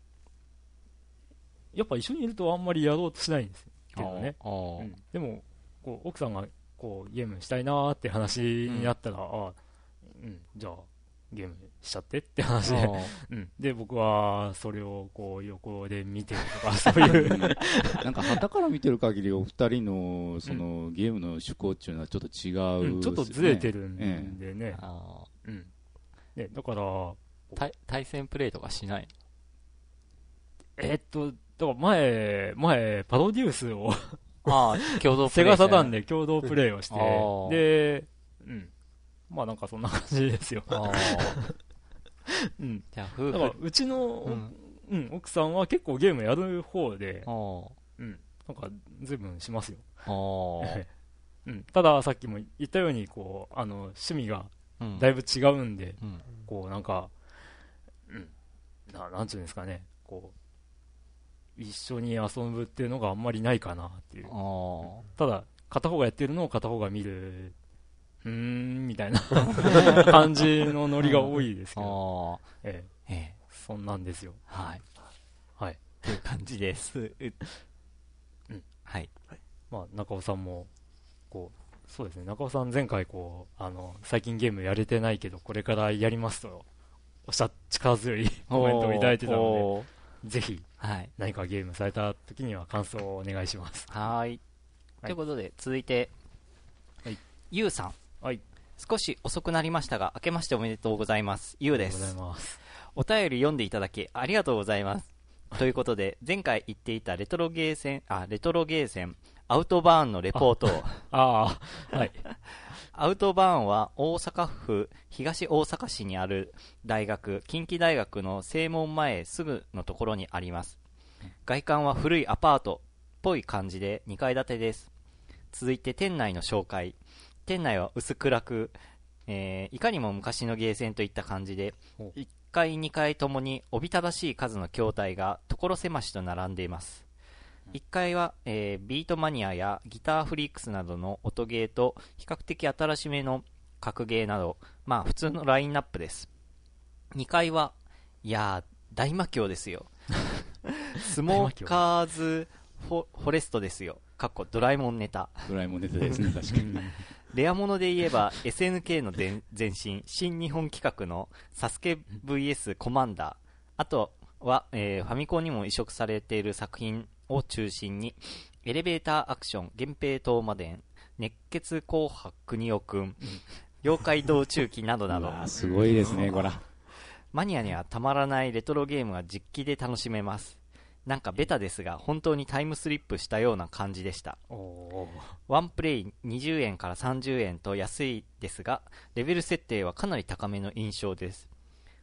やっぱ一緒にいるとあんまりやろうとしないんですけどね。うん、でも、こう奥さんがこうゲームしたいなーって話になったら、うん、あ、うん、じゃあ、ゲームしちゃってって話で、うん、で僕はそれをこう横で見てるとかそういうなんか旗から見てる限りお二人のその、うん、ゲームの趣向っていうのはちょっと違う、ね、 うん、ちょっとずれてるんでね、ええ、あ、うん、ね、だから対対戦プレイとかしない？ えー、っとだから前前パロデュースをああ共同プレイセガサタンで共同プレイをしてで、うん、まあなんかそんな感じですよ。あうん、じゃあ夫婦だからうちの、うんうん、奥さんは結構ゲームやる方で、うん、なんか随分しますよ。うん、たださっきも言ったようにこうあの趣味がだいぶ違うんで、うん、こうなんか、うん、ななんていうんですかね、こう一緒に遊ぶっていうのがあんまりないかなっていう。ただ片方がやってるのを片方が見る。うーんみたいな感じのノリが多いですけど、ええええ、そんなんですよ。 はい、はい、という感じです。う、 うん、はい。まあ中尾さんもこうそうですね。中尾さん前回こうあの最近ゲームやれてないけどこれからやりますとおっしゃ力強いコメントをいただいてたので、ぜひ、はい、何かゲームされた時には感想をお願いします。 はい。ということで続いて、はい、ゆうさん。はい、少し遅くなりましたが明けましておめでとうございます。ゆうです。 ありがとうございます。 お便り読んでいただきありがとうございます。ということで前回言っていたレトロゲーセンあレトロゲーセンアウトバーンのレポートをああ、はい、アウトバーンは大阪府東大阪市にある大学近畿大学の正門前すぐのところにあります。外観は古いアパートっぽい感じでにかい建てです。続いて店内の紹介。店内は薄暗く、えー、いかにも昔のゲーセンといった感じでいっかいにかいともにおびただしい数の筐体が所狭しと並んでいます。いっかいは、えー、ビートマニアやギターフリークスなどの音ゲーと比較的新しめの格ゲーなどまあ普通のラインナップです。にかいはいやー大魔教ですよスモーカーズフォ、フォレストですよ。かっこドラえもんネタ。 ドラえもんネタですね、確かに。 レアもので言えば エスエヌケー の前身新日本企画のサスケ ブイエス コマンダー、あとは、えー、ファミコンにも移植されている作品を中心にエレベーターアクション、源平東馬伝、熱血紅白国尾くん、妖怪道中記などなどすごいですね、こらマニアにはたまらないレトロゲームが実機で楽しめます。なんかベタですが本当にタイムスリップしたような感じでした。ワンプレイにじゅうえんからさんじゅうえんと安いですがレベル設定はかなり高めの印象です。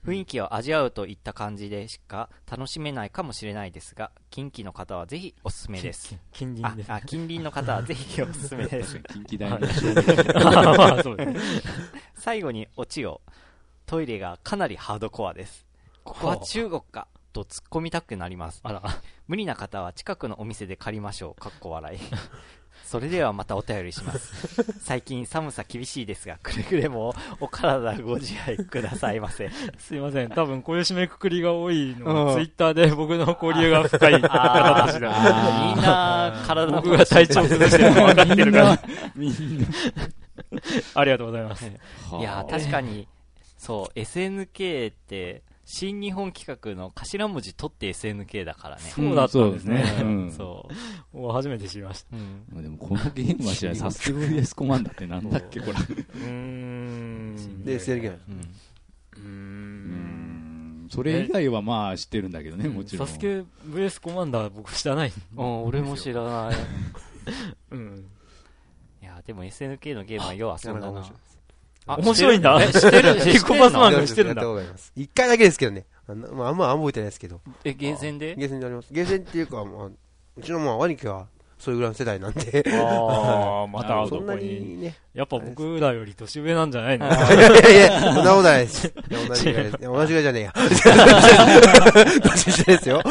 雰囲気を味わうといった感じでしか楽しめないかもしれないですが、近畿の方はぜひおすすめです。 近隣です、ね、 ああ近隣の方はぜひおすすめです。 近畿大の証まあそうです。最後にオチを、トイレがかなりハードコアです。ここは中国かと突っ込みたくなります。 あら、 無理な方は近くのお店で借りましょう。かっこ笑い。それではまたお便りします。最近寒さ厳しいですが、くれぐれもお体ご自愛くださいませ。 すいません。多分こういう締めくくりが多いのは、ツイッターで僕の交流が深い方たちだ。 みんな体の僕が体調崩してるの分かってるから。みんな。ありがとうございます。 いや、確かに、そう、エスエヌケーって、新日本企画の頭文字取って エスエヌケー だからね。 そうだったんですね。 うん、そう。 もう初めて知りました。うん、でもこのゲームは知らない。サスケ ブイエス コマンダってなんだっけこれ。うーん。で エスエヌケー なんです。 うん。うーん。それ以外はまあ知ってるんだけどね、もちろん。 サスケ ブイエス コマンダー僕知らない。 うん、俺も知らない。 うん。 いや、でも エスエヌケー のゲームはよう遊んだな。 あ、面白いんだ。 え、知ってるキッコバスマンが知ってるんだ。 一回だけですけどね。あんまあんま覚えてないですけど。 え、ゲーセンでゲーセンであります。ゲーセンっていうか、まあ、うちのまあ兄貴は、そういうぐらいの世代なんで。 ああ、またそんなにね。 やっぱ僕らより年上なんじゃないの？いやいや、そんなことないです。同じぐらいです。同じぐらいじゃねえや。年下ですよ。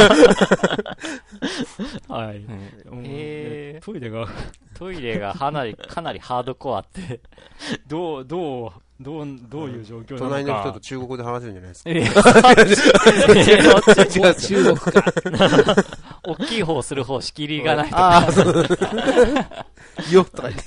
はい。 えー、 トイレが、 トイレがかなり、かなりハードコアって、 どう、どう、どう、どういう状況なのか。 隣の人と中国語で話せるんじゃないですか。 中国か。大きい方する方仕切りがないとか。 ああ、そう。よっとか言って。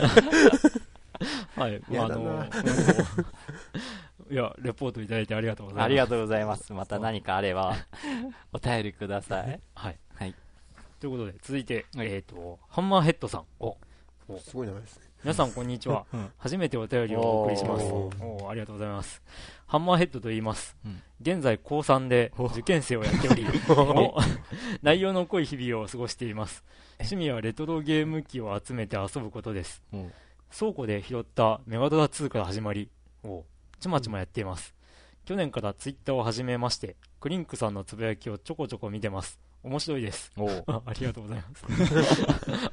はい。まあ、あの、いや、レポートいただいてありがとうございます。 ありがとうございます。また何かあれば、お便りください。 はい。 はい。 ということで、続いて、えっと、ハンマーヘッドさん。 お、すごい名前ですね。 皆さん、こんにちは。初めてお便りをお送りします。おありがとうございます。ハンマーヘッドと言います。現在、高さんで受験生をやっており、内容の濃い日々を過ごしています。趣味はレトロゲーム機を集めて遊ぶことです。倉庫で拾ったメガドラツーから始まり、ちまちまやっています。去年からツイッターを始めまして、クリンクさんのつぶやきをちょこちょこ見てます。面白いです。あ, ありがとうございます。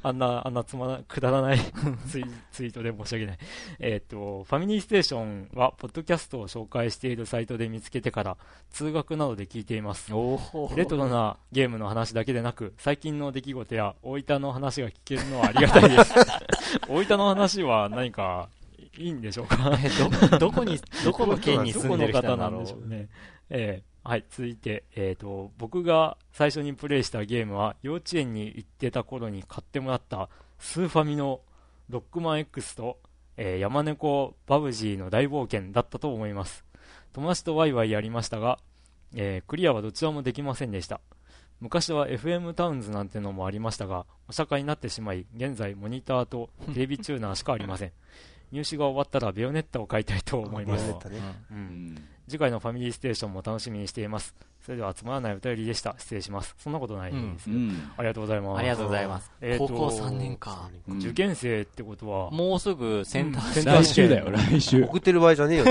あんな、あんなつまら、くだらないツイ、ツイートで申し訳ない。えっと、ファミリーステーションは、ポッドキャストを紹介しているサイトで見つけてから、通学などで聞いています。レトロなゲームの話だけでなく、最近の出来事や大分の話が聞けるのはありがたいです。大分の話は何か、いいんでしょうかど、どこに、どこの県に住んでる人なんでしょうね。えーはい、続いて、えーと、僕が最初にプレイしたゲームは幼稚園に行ってた頃に買ってもらったスーファミのロックマン X と、えー、山猫バブジーの大冒険だったと思います。友達とワイワイやりましたが、えー、クリアはどちらもできませんでした。昔は エフエム タウンズなんてのもありましたが、お釈迦になってしまい、現在モニターとテレビチューナーしかありません。入試が終わったらベヨネッタを買いたいと思います。ベヨネッタね。うん。次回のファミリーステーションも楽しみにしています。それではつまらないお便りでした。失礼します。そんなことないですね、うん、ありがとうございます。 ありがとうございます。 えー、 高校さんねんか、 うん。受験生ってことはもうすぐセンター、 うん、センター試験だよ。来週送ってる場合じゃねえよ。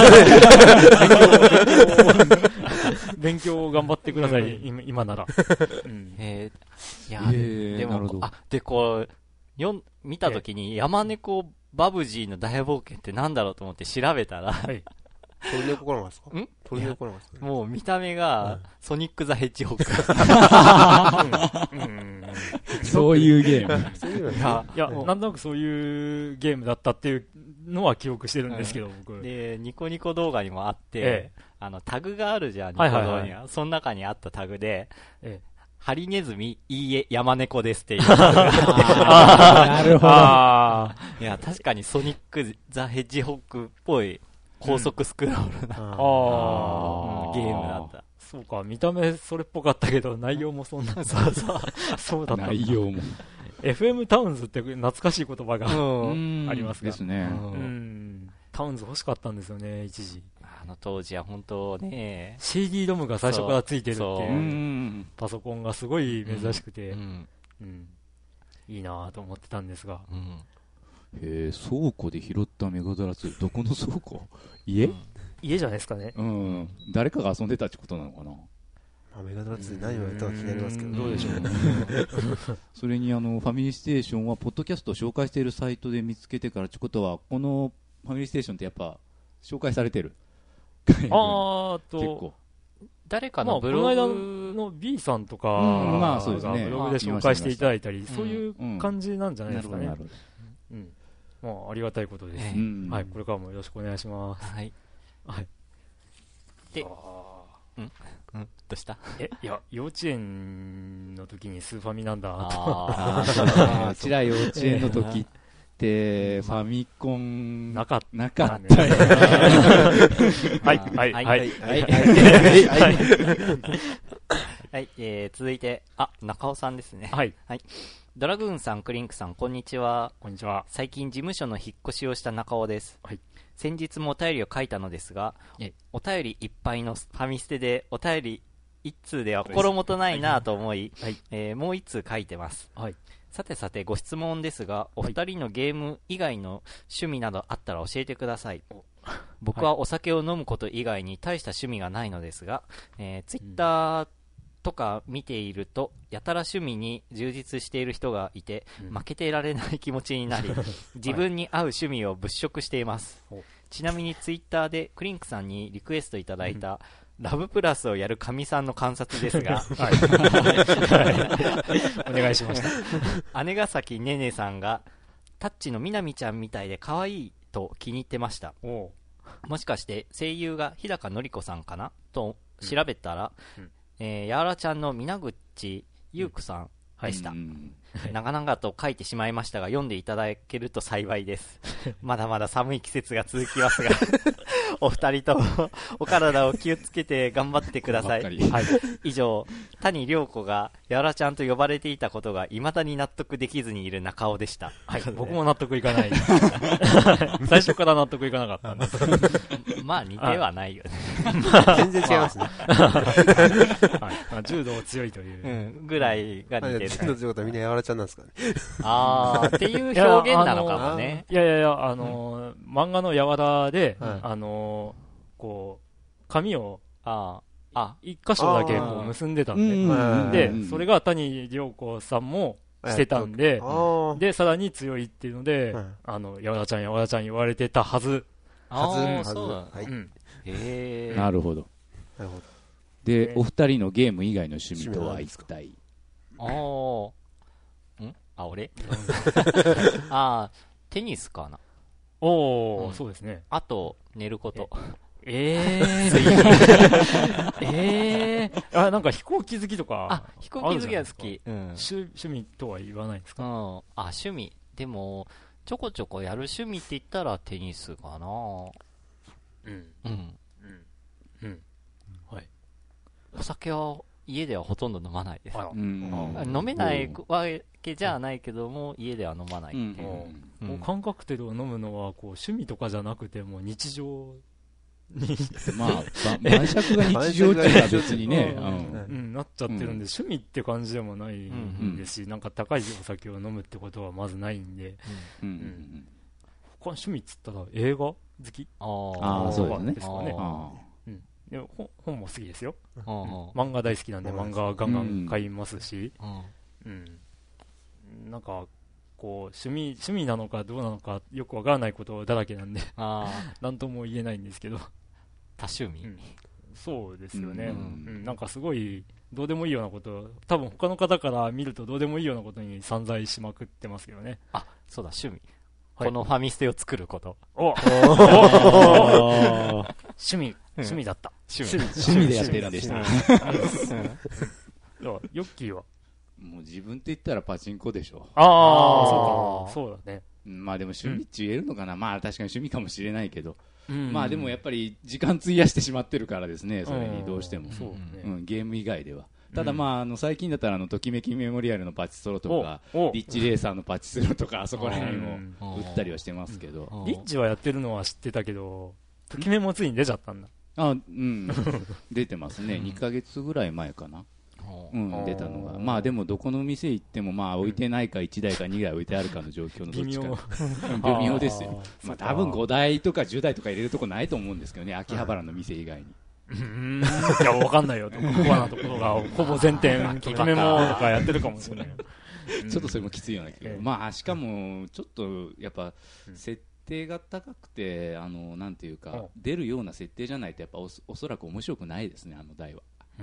勉強を頑張ってください。今なら。うん、 えー、いや、えー、でもあでこうよ見たときに山猫バブジーの大冒険ってなんだろうと思って調べたら、はい、 鳥猫からですか？ん？鳥猫からですか？ もう見た目がソニック・ザ・ヘッジホッグ。 そういうゲーム。 いや、いやなんとなくそういうゲームだったっていうのは記憶してるんですけど、うん、僕。 で、ニコニコ動画にもあって、ええ、あのタグがあるじゃん、ニコ動画には、はいはいはい。その中にあったタグで、ええ、ハリネズミ、いいえ、山猫ですっていう。 なるほど。 いや、確かにソニック・ザ・ヘッジホッグっぽい高速スクロールな、うん、あゲームだった。 そうか、見た目それっぽかったけど、内容もそんな、そうそう、そうだった。 内容も。 エフエム タウンズって懐かしい言葉がありますが。 ですね。 うん。タウンズ欲しかったんですよね、一時。 あの当時は本当ねシーディー ロムが最初からついてるっていうパソコンがすごい珍しくて、うんうん、いいなと思ってたんですが、うん、 へえ、倉庫で拾ったメガドラツ、どこの倉庫？家？ うん、 家じゃないですかね。 うん。誰かが遊んでたってことなのかな。 まあ、メガドラツで何をやったか気になりますけど、どうでしょうね。 それにあのファミリーステーションはポッドキャストを紹介しているサイトで見つけてからってことは、このファミリーステーションってやっぱ紹介されてる。 あーと結構誰かのブログ、 まあ、この間の B さんとかが、 うんまあそうですね、 ブログで紹介していただいたり、まあ、そういう感じなんじゃないですかね。うん、まあ、ありがたいことです、うん、はい、これからもよろしくお願いします。 はい、はい、で、うん、うん、どうした？ え、いや、幼稚園の時にスーファミなんだなと。 あうちら幼稚園の時ってファミコンなかった。 なかった。はいはいはいはいはいはい、えー、続いて、あ、中尾さんですね。 はい。 はい。ドラグーンさん、クリンクさん、こんにちは。 こんにちは。 最近事務所の引っ越しをした中尾です。 はい。 先日もお便りを書いたのですが、お便りいっぱいのファミステでお便り一通では心もとないなと思い、はいえー、もう一通書いてます。 はい。 さてさてご質問ですが、お二人のゲーム以外の趣味などあったら教えてください。僕はお酒を飲むこと以外に大した趣味がないのですが、えー、ツイッターとか見ているとやたら趣味に充実している人がいて、うん、負けていられない気持ちになり自分に合う趣味を物色しています、はい、ちなみにツイッターでクリンクさんにリクエストいただいた、うん、ラブプラスをやる神さんの観察ですが、はい、 お願いしました姉ヶ崎ねねさんがタッチのみなみちゃんみたいで可愛いと気に入ってました。 おもしかして声優が日高のり子さんかなと調べたら、うんうんえー、やわらちゃんの皆口優子さんでした、うん、長々と書いてしまいましたが読んでいただけると幸いですまだまだ寒い季節が続きますがお二人ともお体を気をつけて頑張ってください、はい、以上谷涼子がやわらちゃんと呼ばれていたことが未だに納得できずにいる中尾でした、 はい、僕も納得いかない最初から納得いかなかったんですまあ似てはないよね全然違いますね、 はい、柔道強いという、 うん、ぐらいが似てる、 柔道強いことはみんなやわらちゃんなんですかねあーっていう表現なのかもね。 いやいやいや、あのーうん、漫画のやわらで、はい、あのー、こう髪をああ一箇所だけこう結んでたんで、でそれが谷涼子さんもしてたんで、でさらに強いっていうので、あのやわらちゃんやわらちゃん言われてたはず。 はずそうだ、 はい、うん、 へーなるほど。 なるほど。 で、お二人のゲーム以外の趣味とは一体。 あーんあ、俺あー、テニスかな。 おー、 うん、 そうですね。 あと、寝ること。 えー、えー、あ、なんか飛行機好きとか。 あ、飛行機好きは好き。うん、 趣、趣味とは言わないですか。 うん、あ、趣味。でも、ちょこちょこやる趣味って言ったらテニスかな。うん。 うん。 うん。うん。はい。お酒は家ではほとんど飲まないです。うん、飲めないわけじゃないけども、家では飲まないっていう。 うん、もう感覚テルを飲むのはこう趣味とかじゃなくてもう日常にまあ晩酌が日常っていうのは別にね、 うん、なっちゃってるんで、趣味って感じでもないんですし、なんか高いお酒を飲むってことはまずないんで、うんうん、他の趣味っつったら映画好きああそうですねですかね。うん、でも本も好きですよ。漫画大好きなんで漫画ガンガン買いますし、うん、なんかこう趣味趣味なのかどうなのかよくわからないことだらけなんでなんとも言えないんですけど、 多趣味、うん、 そうですよね、うんうん、なんかすごいどうでもいいようなこと多分他の方から見るとどうでもいいようなことに散財しまくってますけどね。 あ、そうだ、趣味、はい、このファミステを作ること。 おお趣味趣味だった、 うん、趣味趣味でやってるんでしたヨッキーはもう自分って言ったらパチンコでしょ。 ああ、そうか、そうだね。 まあでも趣味って言えるのかな、うん、まあ確かに趣味かもしれないけど、うん、まあでもやっぱり時間費やしてしまってるからですね、それにどうしても、そうね、うん、ゲーム以外では。ただまあ、あの最近だったらあのときめきメモリアルのパチスロとかリッチレーサーのパチスロとかあそこら辺も売ったりはしてますけど、 リッチはやってるのは知ってたけどときめもついに出ちゃったんだ。 あ、うん出てますね、にかげつぐらい前かな。 うん、出たのが。まあでもどこの店行ってもまあ置いてないかいちだいかにだい置いてあるかの状況のどっちか。微妙ですよ。まあ多分ごだいとかじゅうだいとか入れるとこないと思うんですけどね、秋葉原の店以外に。 うん、いや、わかんないよ。コアなところが、ほぼ全店、ときめもとかやってるかもしれない。 ちょっとそれもきついような気が。まあしかも、ちょっとやっぱ、設定が高くて、あの、なんていうか、出るような設定じゃないと、やっぱおおそらく面白くないですね、あの台は。うん。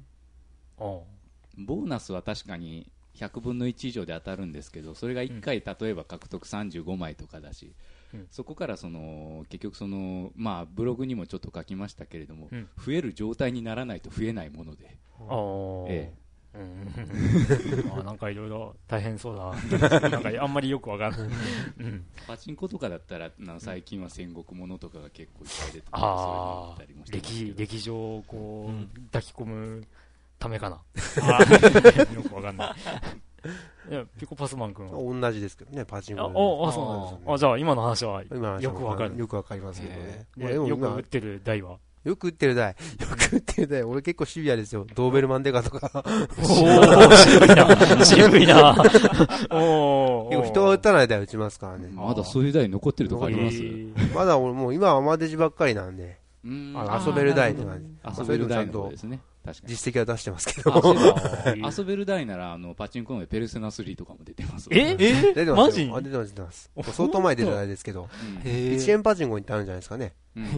ボーナスは確かにひゃくぶんのいち以上で当たるんですけど、それがいっかい例えば獲得さんじゅうごまいとかだし、うん、そこからその結局その、まあ、ブログにもちょっと書きましたけれども、うん、増える状態にならないと増えないもので、 ええ、うん、あ、なんかいろいろ大変そうだなんかあんまりよくわからない、 うん、パチンコとかだったら最近は戦国ものとかが結構いっぱい出てたりもしてますけど、 歴歴史をこう、うん、抱き込むためかなよくわかんないいやピコパスマン君は同じですけどね、パチンコ。 ああ、そうなんですね。あ、じゃあ今の話はよくわかる。 よくわかりますけどね。 よく売ってる台はよく売ってる台。よく売ってる台。俺結構シビアですよ。ドーベルマンデカとか。 おー、渋いな。渋いな。 おー。人が打たない台打ちますからね。 まだそういう台残ってるとこあります？ まだ俺もう今はアマデジばっかりなんで。遊べる台って感じ。遊べる台の方ですね。 実績は出してますけど遊べる台ならあのパチンコのペルソナスリーとかも出てます。 ええ出てますよ。出てます出てます。相当前出てないですけど、いちえんパチンコにってあるんじゃないですかね。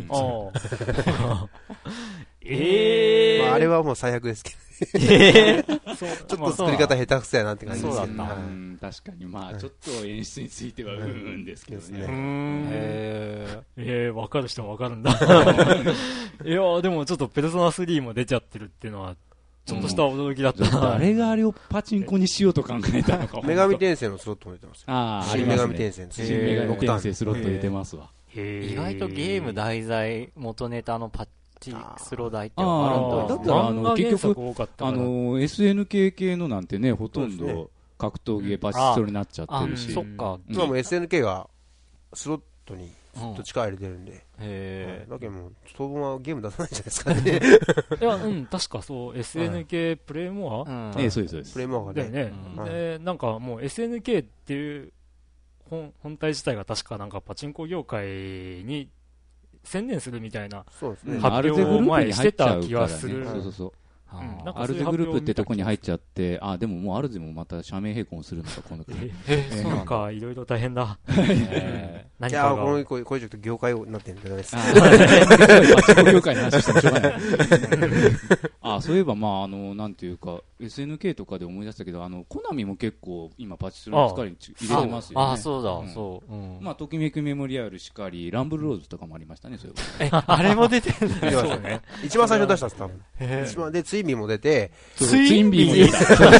ええ、あれはもう最悪ですけど、ちょっと作り方下手くそやなって感じですけど、 確かにまあちょっと演出についてはうんですけどね。 ええ、分かる人は分かるんだ。いやでもちょっとペルソナスリーも出ちゃってるっていうのはちょっとした驚きだった。 誰があれをパチンコにしようと考えたのか。 女神転生のスロットも出てますよ。 ああ、 新女神転生、 新女神転生スロット出てますわ。 意外とゲーム題材元ネタのパチスロ台ってあるんだ。 だったらあの結局あの エスエヌケー 系のなんてね、ほとんど格闘技パチスロになっちゃってるし。 そっか。 今も エスエヌケー がスロットにずっと力入れてるんで。へえ。だけどもう当分はゲーム出さないじゃないですかね。いや、うん、確かそう エスエヌケー プレイモア。ええ、そうですそうです。 プレイモアがね。でね、なんかもう エスエヌケー っていう本本体自体が確かなんかパチンコ業界に専念するみたいな発表を前してた気がする。 そうそうそう。アルゼグループってとこに入っちゃって、あ、でももうアルゼもまた社名並行するのか、この国。え、そうか、いろいろ大変だ。 いや、この、こういうちょっと業界になってるんじゃないですか。 パチンコ業界の話してもしょうがない。あ、そういえば、まあ、あの、なんていうか、エスエヌケー とかで思い出したけど、あの、コナミも結構、今、パチスロの力に入れてますよね。 あ、そうだ、そう。 まあ、ときめくメモリアルしかり、ランブルローズとかもありましたね、そういうえ、あれも出てるんだよね。一番最初出したんです、多分。一番で、ツインビーも出て、 ツインビーも出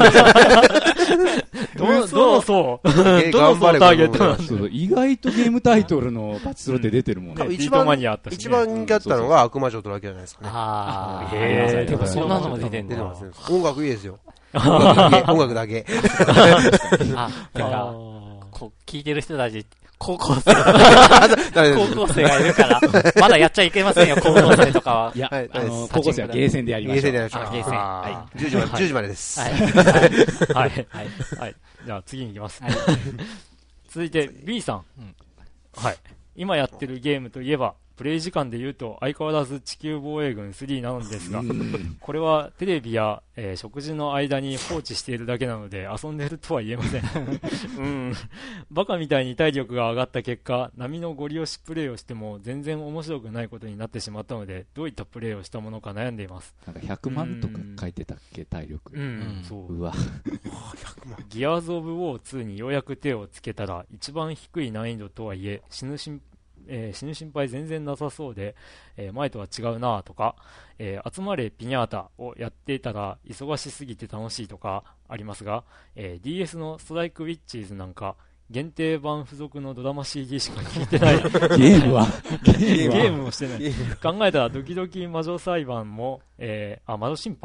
た。どの、どのそう。どのそうターゲットなんだ。 意外とゲームタイトルのパチスロって出てるもんね。 一番、一番人気あったのが悪魔城とだけじゃないですかね。 ああ、へえ。そんなのも出てんだ。 音楽いいですよ。音楽だけ。 あ、なんか、こう、聞いてる人たち、高校生。高校生がいるから、まだやっちゃいけませんよ、高校生とかは。 いや、あの、高校生はゲーセンでやりましょう。 ゲーセンでやりましょう。ゲーセン。はい。じゅうじまで、じゅうじまでです。 はい。はい。はい。じゃあ次に行きます。続いて B さん。はい。今やってるゲームといえば、プレイ時間で言うと相変わらず地球防衛軍スリーなのですが、これはテレビや、えー、食事の間に放置しているだけなので遊んでいるとは言えません、うん、バカみたいに体力が上がった結果、波のゴリ押しプレイをしても全然面白くないことになってしまったので、どういったプレイをしたものか悩んでいます。 なんかひゃくまんとか書いてたっけ、体力。 うん、うん、そう。 うわギアーズ・オブ・ウォーツーにようやく手をつけたら、一番低い難易度とはいえ死ぬ心えー、死ぬ心配全然なさそうで、えー、前とは違うなとか、えー、集まれピニャータをやっていたら忙しすぎて楽しいとかありますが、えー、ディーエス のストライクウィッチーズなんか限定版付属のドラマ シーディー しか聞いてないゲームはゲームもしてない考えたらドキドキ魔女裁判も、えー、あ魔女審判か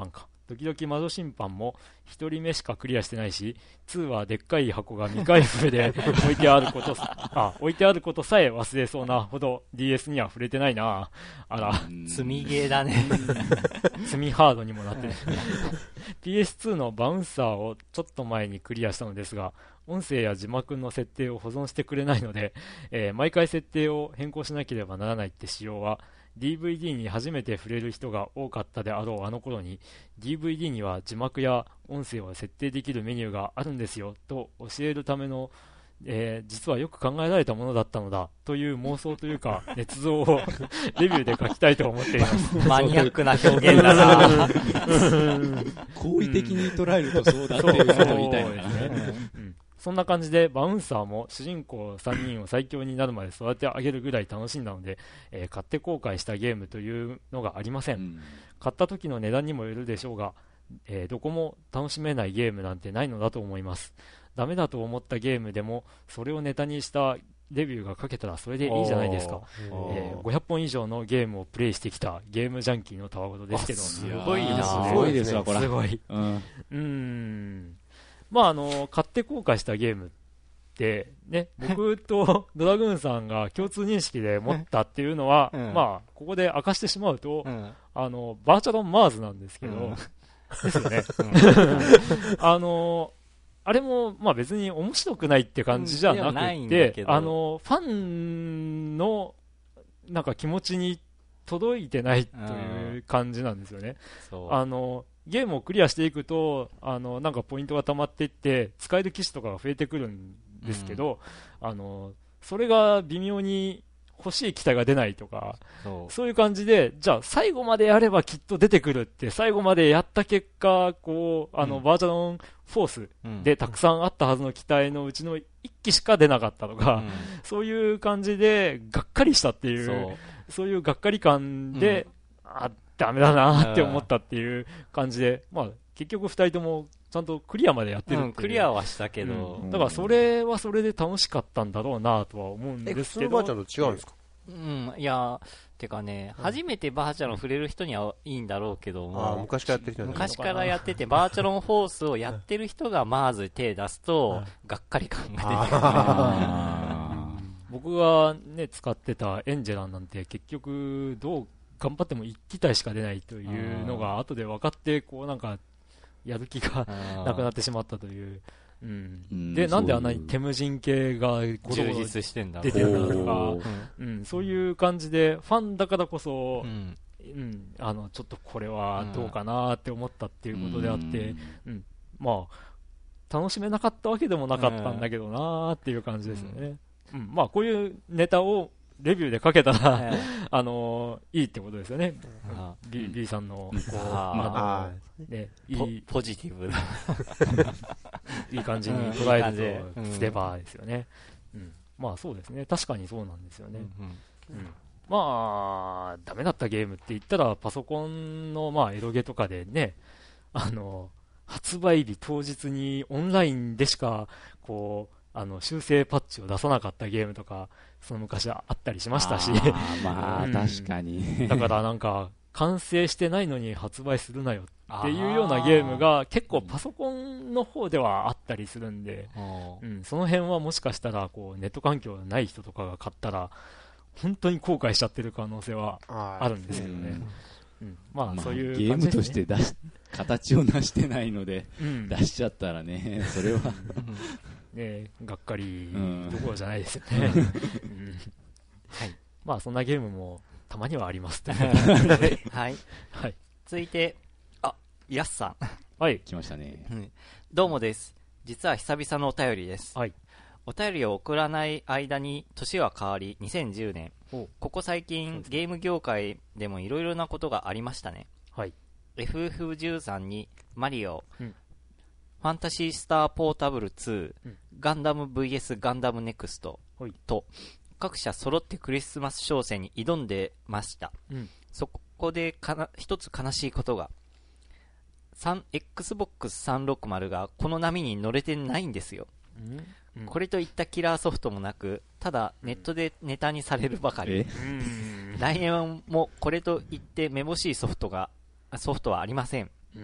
時々魔女審判もひとりめしかクリアしてないし、ツーはでっかい箱が未開封で置いてあることあ置いてあることさえ忘れそうなほど ディーエス には触れてないな。あら、 積みゲーだね。 積みハードにもなってる。ピーエスツー のバウンサーをちょっと前にクリアしたのですが、音声や字幕の設定を保存してくれないので、えー、毎回設定を変更しなければならないって仕様は ディーブイディー に初めて触れる人が多かったであろうあの頃に ディーブイディー には字幕や音声を設定できるメニューがあるんですよと教えるための、えー、実はよく考えられたものだったのだという妄想というか捏造をレビューで書きたいと思っています。 マニアックな表現だな。 好意的に捉えるとそうだっていうことを言いたいのかな。 そんな感じでバウンサーも主人公さんにんを最強になるまで育て上げるぐらい楽しんだので、えー、買って後悔したゲームというのがありません、うん、買った時の値段にもよるでしょうが、えー、どこも楽しめないゲームなんてないのだと思います。ダメだと思ったゲームでもそれをネタにしたレビューが書けたらそれでいいじゃないですか。えー、ごひゃっぽん以上のゲームをプレイしてきたゲームジャンキーのたわごとですけど、 すごいな。 すごいですわこれ。 すごい。うん。うーんまああの買って後悔したゲームってね、僕とドラグーンさんが共通認識で持ったっていうのは、うん、まあここで明かしてしまうと、うん、あのバーチャロンマーズなんですけど、うん、ですよね。あのあれもまあ別に面白くないって感じじゃなくて、うん、あのファンのなんか気持ちに届いてないという感じなんですよね。あのゲームをクリアしていくとあのなんかポイントが溜まっていって使える機種とかが増えてくるんですけど、うん、あのそれが微妙に欲しい機体が出ないとか そ, うそういう感じで、じゃあ最後までやればきっと出てくるって最後までやった結果こうあの、うん、バーチャロンフォースでたくさんあったはずの機体のうちのいっきしか出なかったとか、うん、そういう感じでがっかりしたっていう、そう、そういうがっかり感で、うん、あダメだなって思ったっていう感じで、まあ、結局ふたりともちゃんとクリアまでやってるっていう、うん、 クリアはしたけど、 うん、だからそれはそれで楽しかったんだろうなとは思うんですけど。え、普通のバーチャルと違うんですか？ うん、いやてかね、うん、初めてバーチャロン触れる人にはいいんだろうけども、 あ昔からやってる人は昔からやっててバーチャロンフォースをやってる人がまず手出すと、がっかり感が出てくる。 僕がね使ってたエンジェランなんて結局どう頑張ってもいち機体しか出ないというのが後で分かって、こうなんかやる気がなくなってしまったという、うん、うん、でなんであんなにテムジン系が充実してんだ出てるんだとか、うん、そういう感じでファンだからこそ、うんうん、あのちょっとこれはどうかなって思ったっていうことであって、うんうん、まあ楽しめなかったわけでもなかったんだけどなっていう感じですよね、うんうん、まあこういうネタをレビューで書けたら、はい、あのー、いいってことですよね。うん、B, B さんのこう、ああね、いい ポ, ポジティブいい感じに捉えるとすればですよね、うんうん。まあそうですね。確かにそうなんですよね。うんうんうん、まあダメだったゲームって言ったらパソコンのまあエロゲとかでね、あの発売日当日にオンラインでしかこうあの修正パッチを出さなかったゲームとかその昔はあったりしましたし、 あまあ、うん、確かにだからなんか完成してないのに発売するなよっていうようなゲームが結構パソコンの方ではあったりするんで、うん、その辺はもしかしたらこうネット環境がない人とかが買ったら本当に後悔しちゃってる可能性はあるんですけどね、うん、まあそういうゲームとして出し形を成してないので、うん、出しちゃったらねそれはね、がっかりどころじゃないですよね、うんうん、はい、まあそんなゲームもたまにはありますはいはい、はい、続いてあやすさんはい来ましたね、 うん、どうもです。実は久々のお便りです、はい、お便りを送らない間に年は変わりにせんじゅうねん、ここ最近ゲーム業界でもいろいろなことがありましたね、はい、エフエフじゅうさん にマリオ、うん、ファンタシースターポータブルツー、うん、ガンダム ブイエス ガンダムネクストと各社揃ってクリスマス商戦に挑んでました、うん、そこでかな一つ悲しいことが エックスボックスさんびゃくろくじゅう がこの波に乗れてないんですよ、うんうん、これといったキラーソフトもなくただネットでネタにされるばかり、うん、来年もこれといってめぼしいソフトがソフトはありません、うん、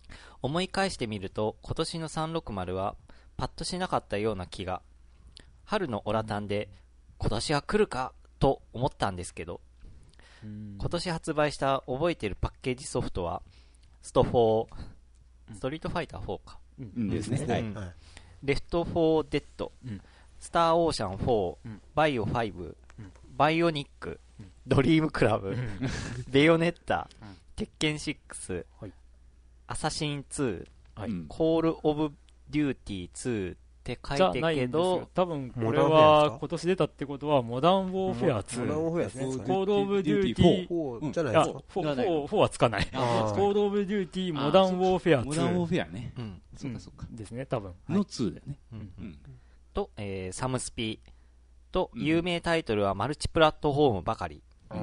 思い返してみると今年のさんろくまるはパッとしなかったような気が。春のオラタンで今年は来るかと思ったんですけど、今年発売した覚えてるパッケージソフトはストフォー、ストリートファイターフォーか、 うん、ですね、はい、 レフトフォーデッド、うん、スターオーシャンフォー、うん、バイオファイブ、うん、バイオニック、うん、ドリームクラブ、うん、ベヨネッタ、うん、鉄拳シックス、はい、アサシンツー、はい、コールオブデューティーツーって書いてるけど、 多分これは今年出たってことはモダンウォーフェアツー、モダンウォーフェアツー、コールオブデューティーフォーじゃないですか。フォーはつかない。コールオブデューティーモダンウォーフェアツー、 モダンウォーフェアね。うん、 そうかそうかですね、多分のツーだよね。 と、えー、サムスピと有名タイトルはマルチプラットフォームばかり。うん、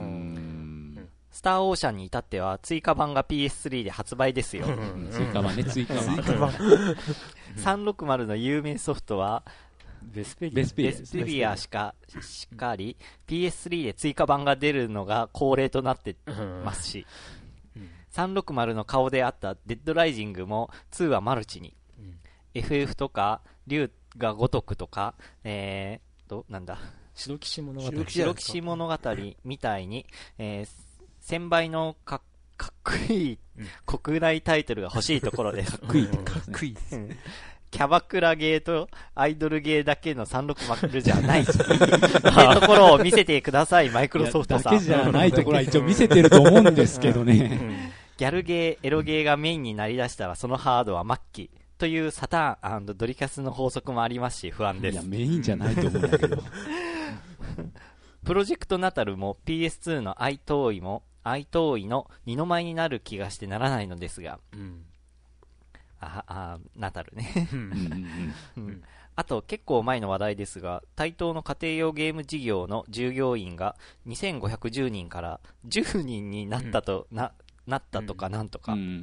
スターオーシャンに至っては追加版が ピーエススリー で発売ですよ。 追加版ね、追加版。 さんろくまるの有名ソフトはベスペリア、 ベスペリアしかしっかり ピーエススリー で追加版が出るのが恒例となってますし、さんろくまるの顔であったデッドライジングもツーはマルチに、うん、エフエフ とか竜が如くとか、えーとなんだ白騎士物語白騎士物語みたいに、えー、せんばいのかかっこいい、うん、国内タイトルが欲しいところです。 かっこいい、かっこいいです。 キャバクラゲーとアイドルゲーだけのさんろくまるじゃないっていうところを見せてください、マイクロソフトさん。 だけじゃないところは一応見せてると思うんですけどね。うん、 ギャルゲー、エロゲーがメインになりだしたらそのハードは末期というサターン&ドリキャスの法則もありますし不安です。 いや、メインじゃないと思うんだけど。 プロジェクトナタルも ピーエスツー の iToy もiToy の二の舞になる気がしてならないのですが、うん、ああナタルね、うん、あと結構前の話題ですが、台東の家庭用ゲーム事業の従業員がにせんごひゃくじゅうにんからじゅうにんになったと、うん、な, なったとかなんとか、うんうんうん、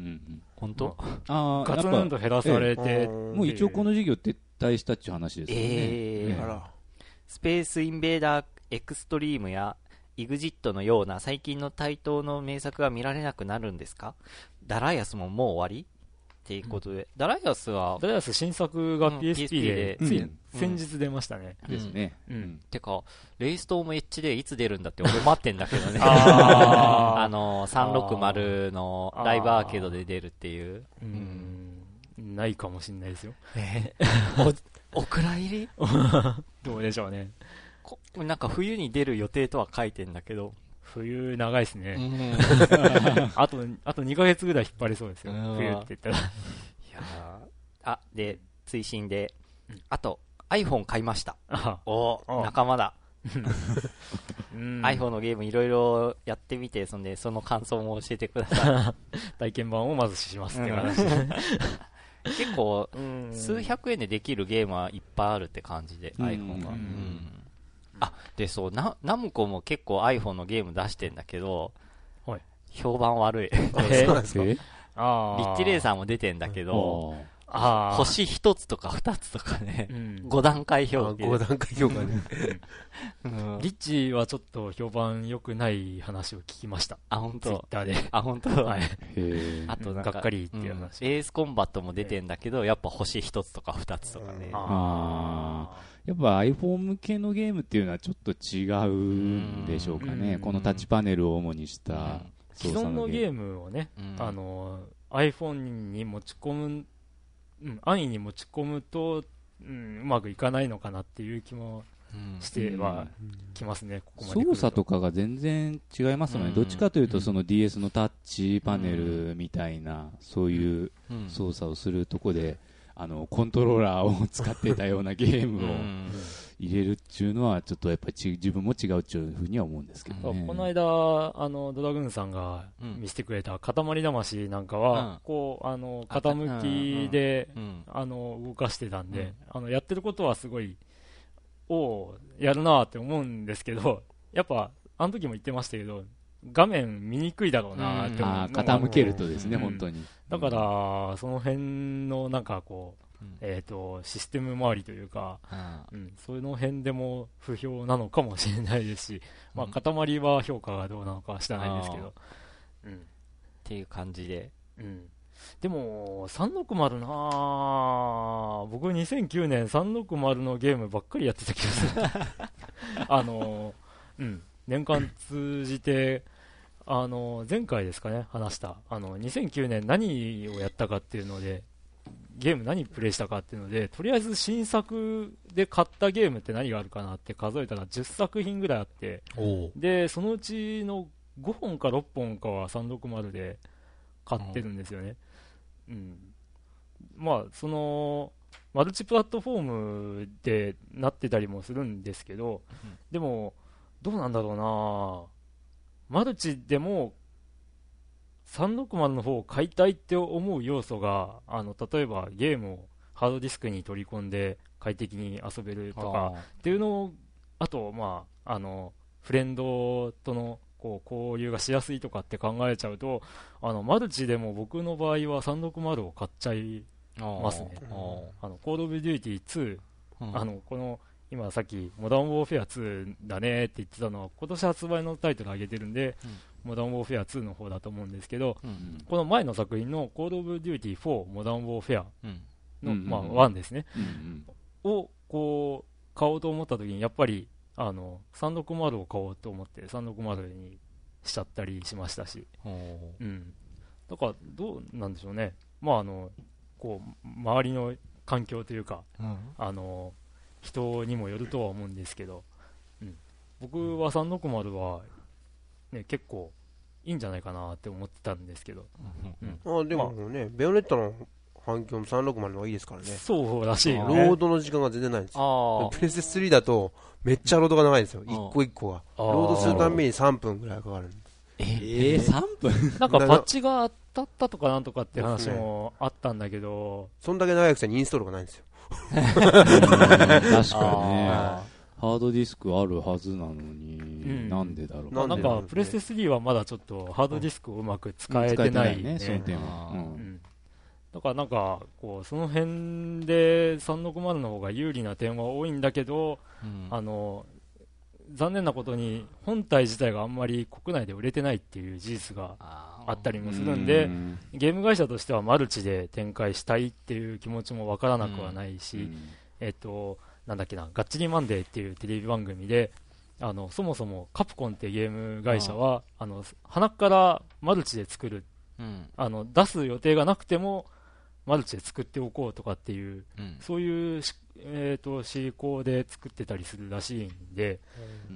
本当、 あガツンと減らされて、ええ、もう一応この事業撤退したっていう話ですよね。 えー、あらスペースインベーダーエクストリームやイグジットのような最近の台頭の名作が見られなくなるんですか？ダライアスももう終わりっていうことで、うん、ダライアスはダライアス新作が ピーエスピー で、うん、つい先日出ましたね、 うん、ですね、 うんうん、てかレイストームエッジでいつ出るんだって俺待ってんだけどね。あ, あのさんろくまるのライブアーケードで出るっていう、 うん、うん、ないかもしれないですよ。 えー、お, お蔵入りどうでしょうね。 なんか冬に出る予定とは書いてんだけど、 冬長いですね、うん、あとあとにかげつぐらい引っ張りそうですよ、冬って言ったら。いやあで追伸で、うん、あと iPhone 買いました。お仲間だ。うん、iPhone のゲームいろいろやってみて、そんでその感想も教えてください。体験版をまずしますって話。 結構数百円でできるゲームはいっぱいあるって感じで、うん、iPhone が、うん、あでそうなナムコも結構 iPhone のゲーム出してんだけど、はい、評判悪い。 えそうなんですか。 リッチレーサーも出てんだけど、あ星一つとか二つとかね、うん、ご段階評価。 ご段階評価ね。 うん、リッチはちょっと評判良くない話を聞きました。 あ、本当。 ツイッターで。 あ、本当。 はい。 へあとなんか、がっかりっていう話、 うん。エースコンバットも出てんだけど、やっぱ星一つとか二つとかね。 ああ。やっぱ iPhone 向けのゲームっていうのはちょっと違うんでしょうかね。このタッチパネルを主にした既存のゲームをね、うん、あの iPhone に持ち込む、うん、安易に持ち込むと、うん、うまくいかないのかなっていう気もしてはきますね、うん、ここまで操作とかが全然違いますよね、うん、どっちかというとその ディーエス のタッチパネルみたいな、うん、そういう操作をするとこであのコントローラーを使ってたようなゲームを入れるっていうのはちょっとやっぱりち自分も違うっていうふうには思うんですけどね。 この間あのドラグーンさんが見せてくれた塊魂なんかは、うん、こうあの傾きで、うん、あの動かしてたんで、うん、あのやってることはすごいおやるなって思うんですけど、やっぱあの時も言ってましたけど画面見にくいだろうなって思う、うん、 あ傾けるとですね、うん、本当にだからその辺のなんかこう、うんえー、とシステム周りというか、うん、その辺でも不評なのかもしれないですし、まあ、塊は評価がどうなのかは知らないんですけど、 うん、っていう感じで、うん、 でもさんびゃくろくじゅうな僕にせんきゅうねんさんびゃくろくじゅうのゲームばっかりやってた気がするあのうん年間通じてあの前回ですかね話したあのにせんきゅうねん何をやったかっていうのでゲーム何プレイしたかっていうのでとりあえず新作で買ったゲームって何があるかなって数えたらじゅっさく品ぐらいあってでそのうちのごほんかろっぽんかはさんびゃくろくじゅうで買ってるんですよね、うん、まあそのマルチプラットフォームでなってたりもするんですけど、うん、でもどうなんだろうなマルチでもさんびゃくろくじゅうの方を買いたいって思う要素があの例えばゲームをハードディスクに取り込んで快適に遊べるとかっていうのをあとまああのフレンドとのこう交流がしやすいとかって考えちゃうとあのマルチでも僕の場合はさんびゃくろくじゅうを買っちゃいますね。あのコールオブデューティーツー、うん、あのこの今さっきモダンウォーフェアツーだねって言ってたのは今年発売のタイトル上げてるんで、うん、モダンウォーフェアツーの方だと思うんですけど、うんうん、この前の作品のコールオブデューティーフォーモダンウォーフェアの、うん、まあ、ワンですね、うんうん、をこう買おうと思った時にやっぱりあのさんびゃくろくじゅうを買おうと思ってさんびゃくろくじゅうにしちゃったりしましたし、うん、だからどうなんでしょうね、まああのこう周りの環境というか、うん、あの人にもよるとは思うんですけど、うん、僕はさんびゃくろくじゅうは、ね、結構いいんじゃないかなって思ってたんですけど、 うんうん、あでもね、まあ、ベヨネットの反響もさんびゃくろくじゅうの方がいいですからね。 そうらしいよね。ロードの時間が全然ないんですよ。プレステスリーだとめっちゃロードが長いんですよ。一個一個が。ロードするためにさんぷんぐらいかかるんです。 えー、さんぷんなんかパッチが当たったとかなんとかって話もあったんだけど、 そんだけ長いくせにインストールがないんですよ。 確かにね。ハードディスクあるはずなのに、うん、なんでだろう。 まあ、なんかプレステスリーはまだちょっとハードディスクをうまく使えてないね。 その点は。 だからなんかこうその辺でさんびゃくろくじゅうの方が有利な点は多いんだけど、うん、あの残念なことに本体自体があんまり国内で売れてないっていう事実があったりもするんで、んゲーム会社としてはマルチで展開したいっていう気持ちもわからなくはないし、うんうん、えっとなんだっけな、ガッチリマンデーっていうテレビ番組であのそもそもカプコンっていうゲーム会社はあの鼻からマルチで作る、うん、あの出す予定がなくてもマルチで作っておこうとかっていう、うん、そういう、えーと、思考で作ってたりするらしいんで、うんうん、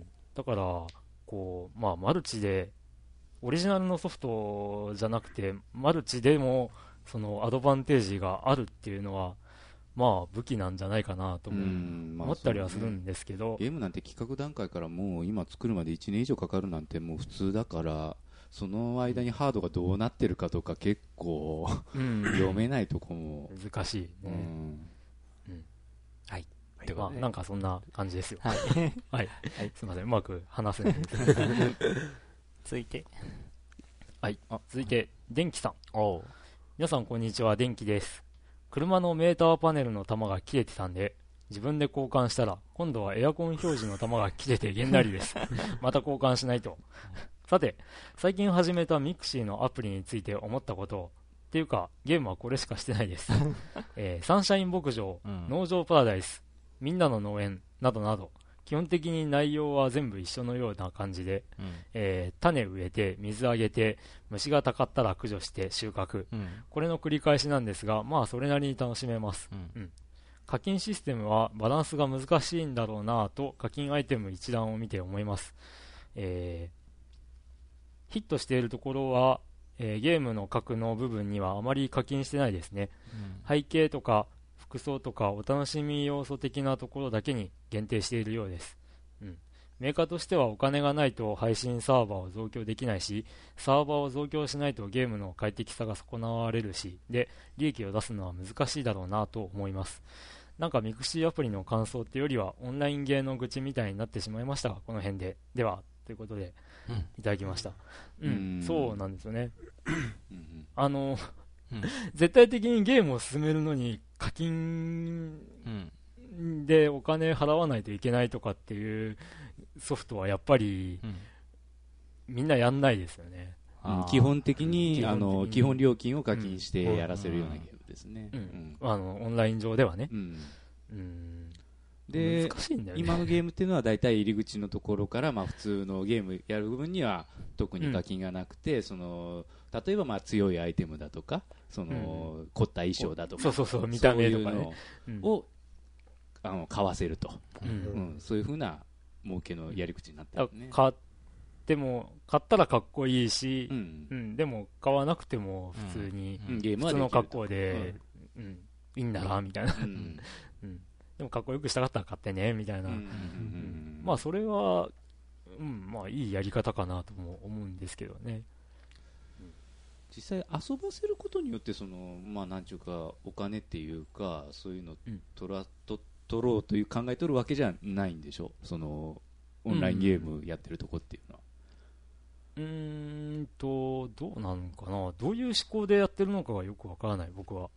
だからこう、まあ、マルチでオリジナルのソフトじゃなくてマルチでもそのアドバンテージがあるっていうのはまあ武器なんじゃないかなとも思ったりはするんですけど、まあね、ゲームなんて企画段階からもう今作るまでいちねん以上かかるなんてもう普通だからその間にハードがどうなってるかとか結構、うん、読めないとこも難しいね、うんうん、はい、まあ、なんかそんな感じですよはい、はいはい、すみませんうまく話せないです続いてはいあ続いて電気さん、お皆さんこんにちは、電気です。車のメーターパネルの玉が切れてたんで自分で交換したら今度はエアコン表示の玉が切れてげんなりですまた交換しないとさて最近始めたミクシーのアプリについて思ったことをっていうかゲームはこれしかしてないです、えー、サンシャイン牧場、うん、農場パラダイス、みんなの農園などなど基本的に内容は全部一緒のような感じで、うんえー、種植えて水あげて虫がたかったら駆除して収穫、うん、これの繰り返しなんですがまあそれなりに楽しめます、うんうん、課金システムはバランスが難しいんだろうなと課金アイテム一覧を見て思います、えーヒットしているところは、えー、ゲームの核の部分にはあまり課金してないですね、うん、背景とか服装とかお楽しみ要素的なところだけに限定しているようです、うん、メーカーとしてはお金がないと配信サーバーを増強できないしサーバーを増強しないとゲームの快適さが損なわれるしで利益を出すのは難しいだろうなと思います。なんかミクシーアプリの感想っていうよりはオンラインゲーの愚痴みたいになってしまいましたがこの辺でではということでいただきました、うんうん、そうなんですよねあの、うん、絶対的にゲームを進めるのに課金でお金払わないといけないとかっていうソフトはやっぱり、うん、みんなやんないですよね、 基本的にあの基本料金を課金してやらせるようなゲームですね。 あのオンライン上ではね。 で、今のゲームっていうのは大体入り口のところから、まあ、普通のゲームやる部分には特に課金がなくて、うん、その例えばまあ強いアイテムだとかその、うん、凝った衣装だとか、 そうそうそう見た目とかね、 そういうのを、うん、あの買わせると、うんうん、そういうふうな儲けのやり口になってるね。 買っても買ったらかっこいいし、うんうん、でも買わなくても普通に、うん、普通の格好で、うんうん、いいんだなみたいな、うんうんでもかっこよくしたかったら買ってねみたいな、うんうんうん、まあそれは、うん、まあいいやり方かなとも思うんですけどね。 実際遊ばせることによってそのまあなんちゅうかお金っていうかそういうの取らと取ろうという考え取るわけじゃないんでしょ、そのオンラインゲームやってるとこっていうのは。 うーんとどうなのかな、どういう思考でやってるのかがよくわからない僕は。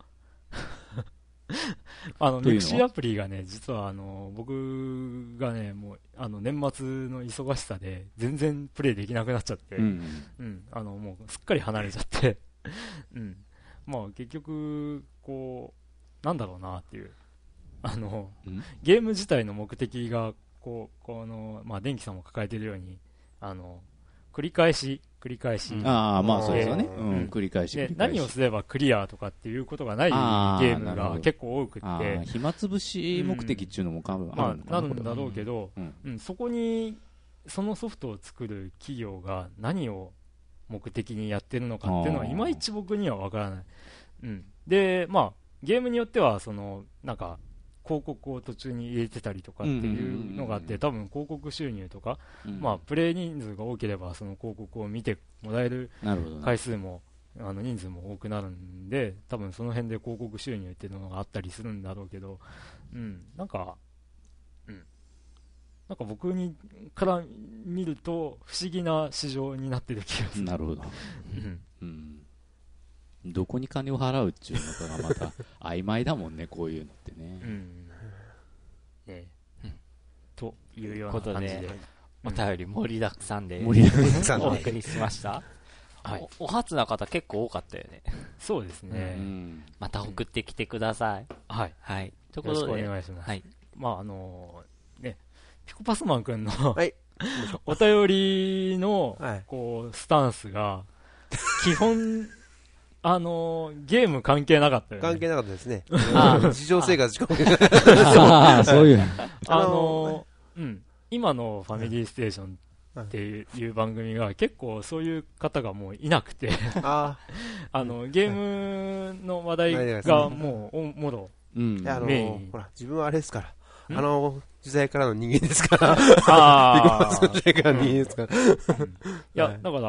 あのミクシーアプリがね実はあの僕がねもうあの年末の忙しさで全然プレイできなくなっちゃって、うんうんうん、あのもうすっかり離れちゃって、うん、まあ結局こうなんだろうなっていうあの、うん、ゲーム自体の目的がこうこのまあ電気さんも抱えているようにあの繰り返し繰り返し、 ああまあそうですよね、うん、繰り返し繰り返しで何をすればクリアとかっていうことがないゲームが結構多くって暇つぶし目的っていうのも多分あるのかな、まあ、なるんだろうけど、うんうん、そこにそのソフトを作る企業が何を目的にやってるのかっていうのはいまいち僕には分からない、うん、でまあゲームによってはそのなんか広告を途中に入れてたりとかっていうのがあって、多分広告収入とか、うん、まあプレイ人数が多ければその広告を見てもらえる回数も、ね、あの人数も多くなるんで、多分その辺で広告収入っていうのがあったりするんだろうけど、うん、なんか、うん、なんか僕にから見ると不思議な市場になってる気がする。 なるほど。うんうんどこに金を払うっていうのがまた曖昧だもんねこういうのってね。うんねうん、というような感じで、 お便り盛りだくさんで盛りだくさんお送りしました。はい、お, お初な方結構多かったよね。 そうですね。 うん、また送ってきてください。 うん、はい。 はい。 ということでよろしくお願いします。はい。まああのー、ねピコパスマン君の、はい、お便りの、はい、こうスタンスが基本あのー、ゲーム関係なかったよね。 関係なかったですね。日常生活しか関係なかった。ああ、そういう。 あのー、うん。今のファミリーステーションっていう番組が結構そういう方がもういなくてあの、ゲームの話題がもうおもろ、 うん。あのー、ほら、自分はあれですから。あの時代からの人間ですから。 ああ。時代からの人間ですから。いや、だから、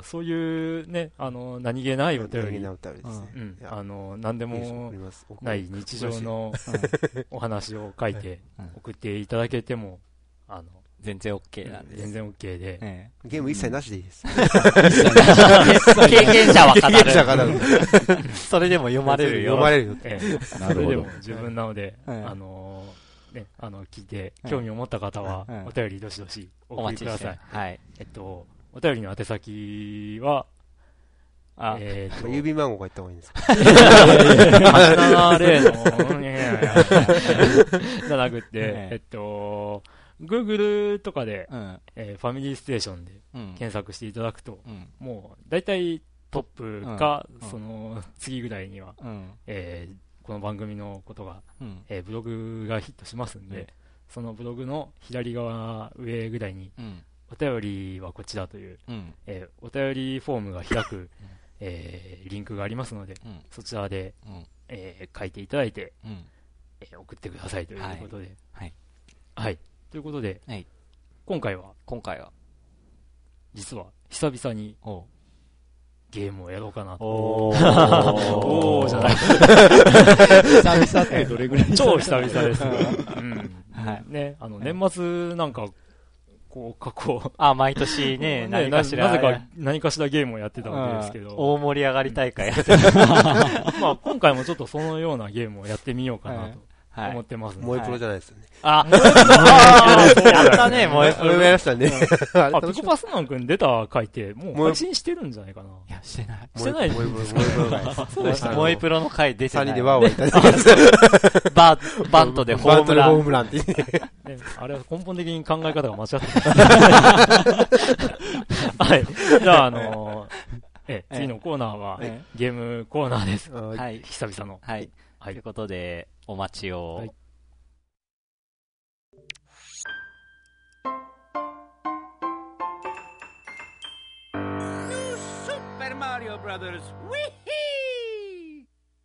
そういうね、あの、何気ないお便り。 何気ないお便りですね。 うん。あの、何でもない日常のお話を書いて送っていただけても、あの、 全然 OK なんです。 全然 OK で。 ゲーム一切なしでいいです。経験者は語る。経験者は語る。それでも読まれるよ。 読まれるよ。 それでも自分なので、あの、ね、あの聞いて興味を持った方はお便りどしどしお送りください。 はい。 えっとお便りの宛先はあえっと郵便番号が言った方がいいんですか。 はちななゼロのじゃなくてえっと Google とかでえファミリーステーションで検索していただくともうだいたいトップかその次ぐらいにはえこの番組のことが、うんえー、ブログがヒットしますんで、うん、そのブログの左側上ぐらいに、うん、お便りはこちらという、うんえー、お便りフォームが開く、うんえー、リンクがありますので、うん、そちらで、うんえー、書いていただいて、うんえー、送ってくださいということで、はい、はいはい、ということで、はい、今回は今回は実は久々にゲームをやろうかなと。 おー。 おーじゃない。 久々ってどれぐらい超久々です。うん。はい。ね、あの、年末なんか、こう、過去。 あ、毎年ね、何かしら。 なぜか何かしらゲームをやってたわけですけど。 大盛り上がり大会やってた。 まあ、今回もちょっとそのようなゲームをやってみようかなと思ってます。 萌えプロじゃないですよね。 あ、やったね、萌えプロ。 やりましたね。 あ、ピコパスマン君出た回って、もう配信してるんじゃないかな。 いや、してない。 してないですか。 そうでした。萌えプロの回出てない。 さんにんでワーワーいただきます。 ババントでホームラン。 ホームランって言って。 あれは根本的に考え方が間違ってた。はい。じゃあ、あのえ、次のコーナーは、ゲームコーナーです。はい。久々の。 はい。ということで、お待ちを。はい。 スーパーマリオブラザーズ、ウィッヒー！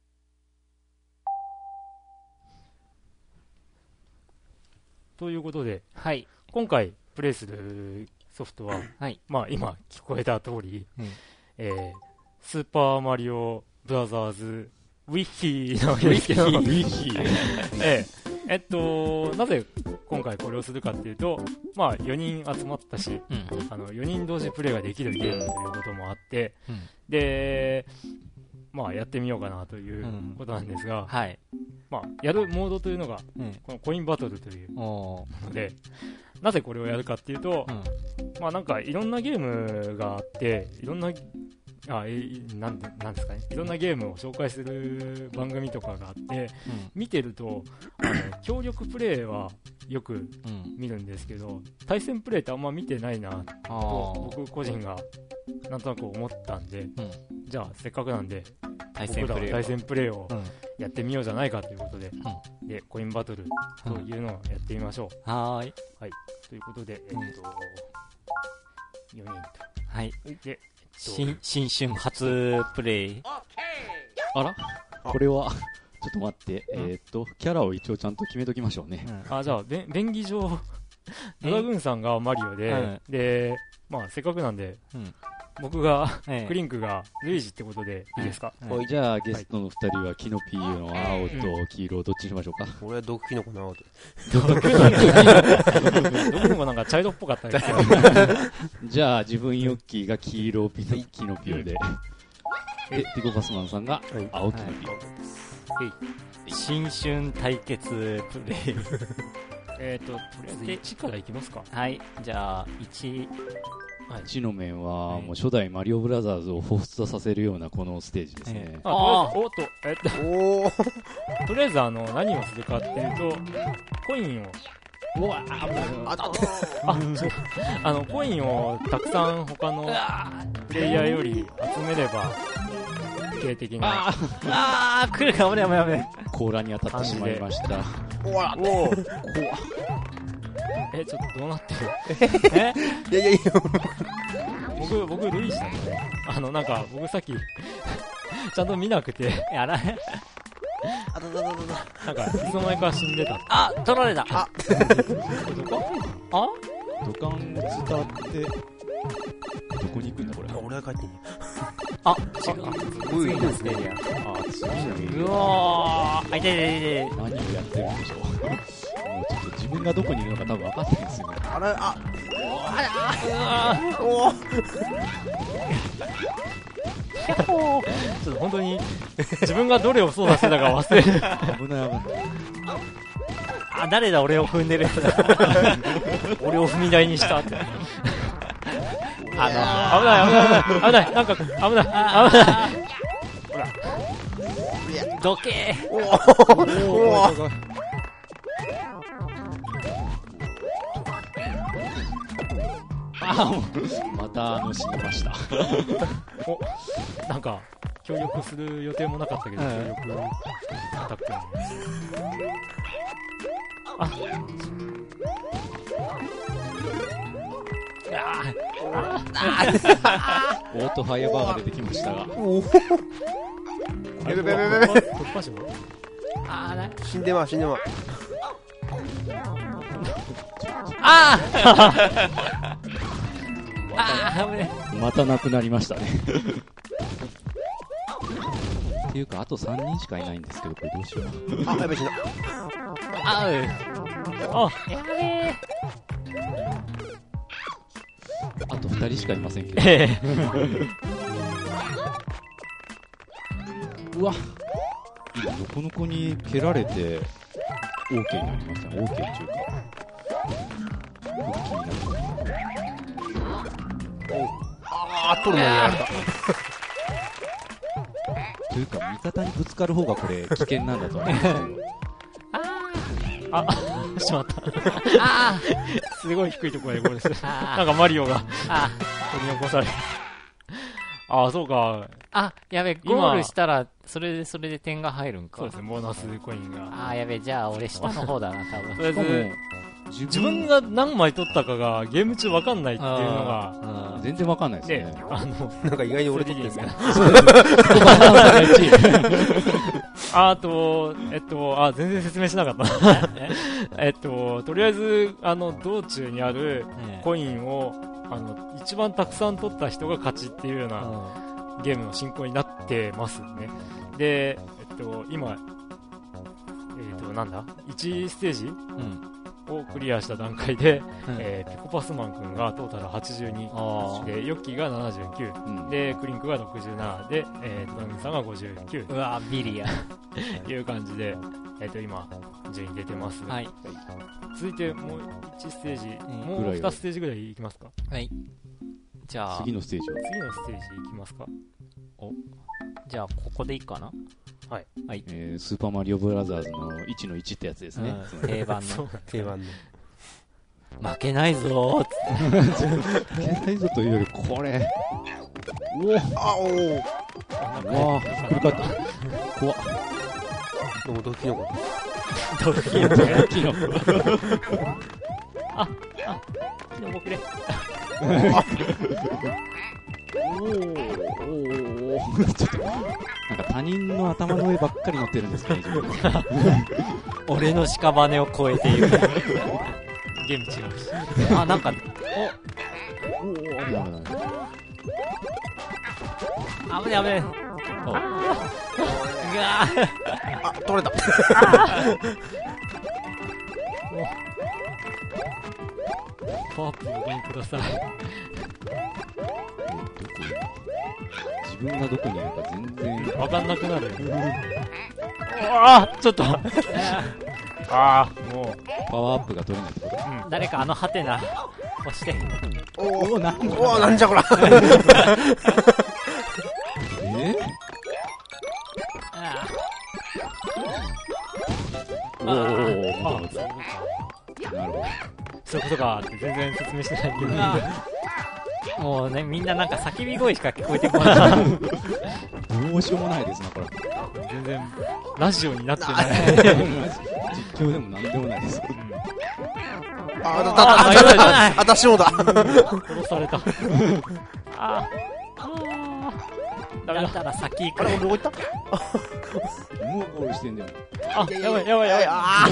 ということで、 はい。 今回プレイするソフトは、はい。まあ今聞こえた通り、うん、えー、スーパーマリオブラザーズウィッヒーなわけですけど、ウィッヒーええ、えっと、なぜ今回これをするかっていうと、まあよにん集まったし、うん、あのよにん同時プレイができるゲームということもあって、うん、で、まあやってみようかなということなんですが、うん、はい。まあやるモードというのが、うん、このコインバトルというもので、なぜこれをやるかっていうと、うん、まあなんかいろんなゲームがあって、いろんなあえなんでなんですかね、いろんなゲームを紹介する番組とかがあって、うん、見てるとあの協力プレイはよく見るんですけど、うん、対戦プレイってあんま見てないなと僕個人がなんとなく思ったんで、うん、じゃあせっかくなんで対戦プレイ対戦プレイをやってみようじゃないかということで、うん、でコインバトルというのをやってみましょう。 うん、はーい、 はい、ということで、えっと、うん、よにんと、 はい、 で新新春初プレイ。 あら、これはちょっと待って、うん、えー、っとキャラを一応ちゃんと決めときましょうね。 うん、あ、じゃあ便宜上ドラグーンさんがマリオで、うん、で、まあせっかくなんで、うん、僕が、ええ、クリンクがルイージってことでいいですか？ うん、じゃあゲストのふたりはキノピーの青と黄色どっちにしましょうか？ 俺は毒キノコの青で。 毒キノコなんか茶色っぽかったですけど。 じゃあ自分ヨッキーが黄色ピノキノピオで、でピコパスマンさんが青キノピオです。 はい、新春対決プレイ。 えっととりあえずいちからいきますか。 はい、じゃあいち。 はい、地の面はもう初代マリオブラザーズを彷彿とさせるようなこのステージですね。 えー、ああおっと、えっと、おとりあえずあの何をするかっていうと、コインを、うわあ、あ、あのコインをたくさん他のプレイヤーより集めれば定的な、 ああ来るかもね、やめやめ。 甲羅に当たってしまいました。 おわおお。 え、ちょっとどうなってる？ えいやいやいや僕、僕、ルイージなんで、あの、なんか、僕さっき、ちゃんと見なくて、 やらへん。 あだだだだだ。 なんか、いつの間にか死んでた。 あ、取られた。あどこあ土管を伝って、どこに行くんだ、これ。 あ、俺が帰っていいのあ、違う。 すごいですね。 あ、次うわー。あ、いていていて。 何をやってるんでしょう。もうちょっと自分がどこにいるのか多分分かってるんですよね。 あれ、あ、 おおおちょっと本当に自分がどれを操作してたか忘れる。 危ない危ない。 あ、誰だ俺を踏んでるやつだ。俺を踏み台にしたって。 あのー、危ない危ない危ない危ないなんか危ない危ない。ほら。 どけー。 おおおあまたあの死にました。 お、なんか協力する予定もなかったけど、協力アタックに。あ、 オートファイアバーが出てきましたが。おお。 べべべべべ。 突破しろ。 あー、 死んでま死んでま。 ああ。ああ、 またなくなりましたね。っていうかあとさんにんしかいないんですけど、これどうしよう。 あ、やべ死んだ。 あう。あ、やべえ。 あとふたりしかいませんけど。うわ、今のこの子に蹴られて OK になりましたね。 OK っていうかあー取るのにやられたというか味方にぶつかる方がこれ危険なんだと思うんですけどああしまったあすごい低いところでゴールですなんかマリオが取り残されああそうかあやべゴールしたらそれでそれで点が入るんかそうですねボーナスコインがあやべじゃあ俺下の方だな多分とりあえず自分が何枚取ったかがゲーム中分かんないっていうのが全然分かんないですね。 あのなんか意外に俺取ってるんですかあとえっとあ全然説明しなかったえっととりあえずあの道中にあるコインをあの一番たくさん取った人が勝ちっていうようなゲームの進行になってますね。でえっと今えっとなんだいちステージ、うんをクリアした段階で、うんえー、ピコパスマン君がトータルはちじゅうにでヨッキーがななじゅうきゅう、うん、でクリンクがろくじゅうななで、えー、ドラミンさんがごじゅうきゅううわビリやいう感じで、えー、と今順位出てます、はい、続いてもういちステージ、うん、もうにステージぐらいいきますか。 はいじゃあ次のステージは次のステージいきますか。 おじゃあここでいいかな。 はい、 はいえー、スーパーマリオブラザーズのいちのいちってやつですね、 うん、定番の定番の負けないぞー負けないぞというよりこれおおあおおわあひっくり返った怖っどうもドキノコドキノコドキノコああキノコくれおおおちょっとなんか他人の頭の上ばっかり乗ってるんですね自分俺の屍を越えているゲーム違うしあなんかおおお危ない危ない危ない危ないおうわあ取れたパワーアップここにください自分がどこにいるか全然分かんなくなるああちょっとああもうパワーアップが取れないってこと、 うん、誰かあのハテナ押しておおなんおなんじゃこらえあおおおおなるほどそういうことかって全然説明してないけどもうねみんななんか叫び声しか聞こえてこないどうしようもないですねこれ全然ラジオになってない実況でもなんでもないです、うん、 ああだだだだあたしもだ殺されたああダメだったら先行くあれ俺どこ行ったもうゴールしてんだよあやばいやばいやばいあ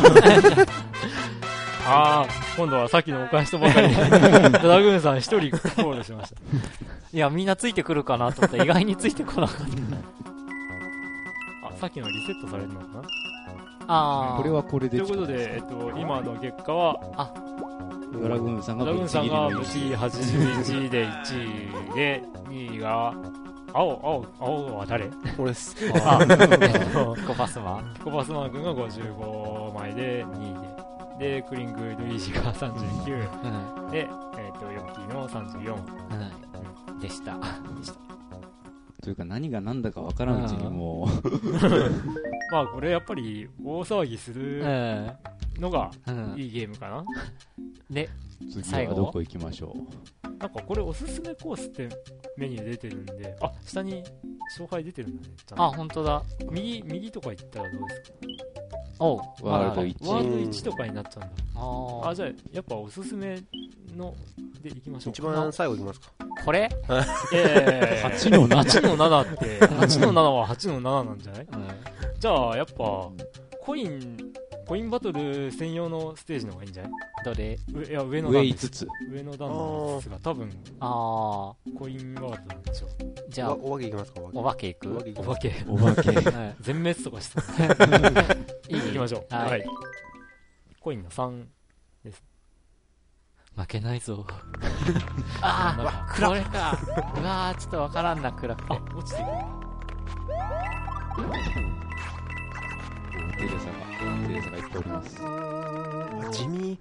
あー今度はさっきのお返しとばかりドラグーンさん一人ゴールしましたいやみんなついてくるかなと思ったら意外についてこなかったあさっきのリセットされるのかなあこれはこれでということで、えっと、今の結果はあドラグーンさんがブチギはちじゅういちでいちいでにいが青青青は誰俺ですあピコパスマンピコパスマン君がごじゅうごまいでにいででクリングルイージがさんじゅうきゅう、うん、で、えー、とヨッキーのさんじゅうよん、 うん、でしたでしたというか何が何だか分からんうちにもうまあこれやっぱり大騒ぎするのがいいゲームかな、うん、 で次はどこ行きましょう。なんかこれおすすめコースってメニュー出てるんであ下に勝敗出てるんだねあ本当だ右右とか行ったらどうですかおうワールドいちワールドいちとかになっちゃうんだああじゃあやっぱおすすめのでいきましょう一番最後いきますかこれええー、 はちのななはちのななってはちのななははちのなななんじゃない、うん、じゃあやっぱコインコインバトル専用のステージの方がいいんじゃないどれいや上の段上いつつ上の段のやつが多分あコインワールドなんでしょうじゃあお化けいきますかお化けいくお化けお化け全滅とかしていい行きましょうはい、はい、コインのさんです負けないぞああこれかうわーちょっとわからんな暗くてあ落ちてくるテレサがテレサが言っております。 地味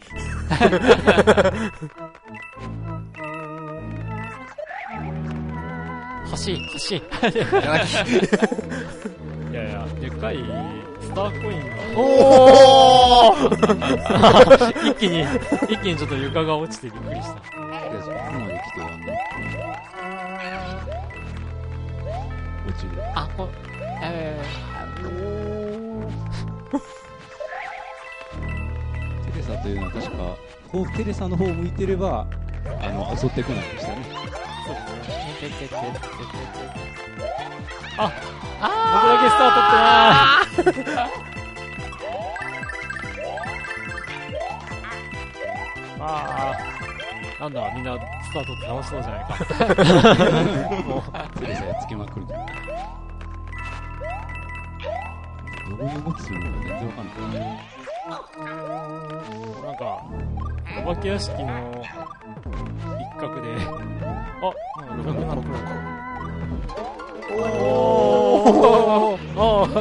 欲しい欲しいいやいやでっかいスターコインがおー一気に一気にちょっと床が落ちてびっくりした。 いやそこまで来てやんの落ちる。 あこえー、 テレサというのは確かテレサの方を向いてればあの襲ってこないでしたね。 そうですね。 あ、 あ僕だけスタートってなああなんだみんなスタートって楽しそうじゃないかもうテレサやっつけまくるからどういう動きするのか全然わかんない。 なんかお化け屋敷の一角であ、なんかなくなったおーお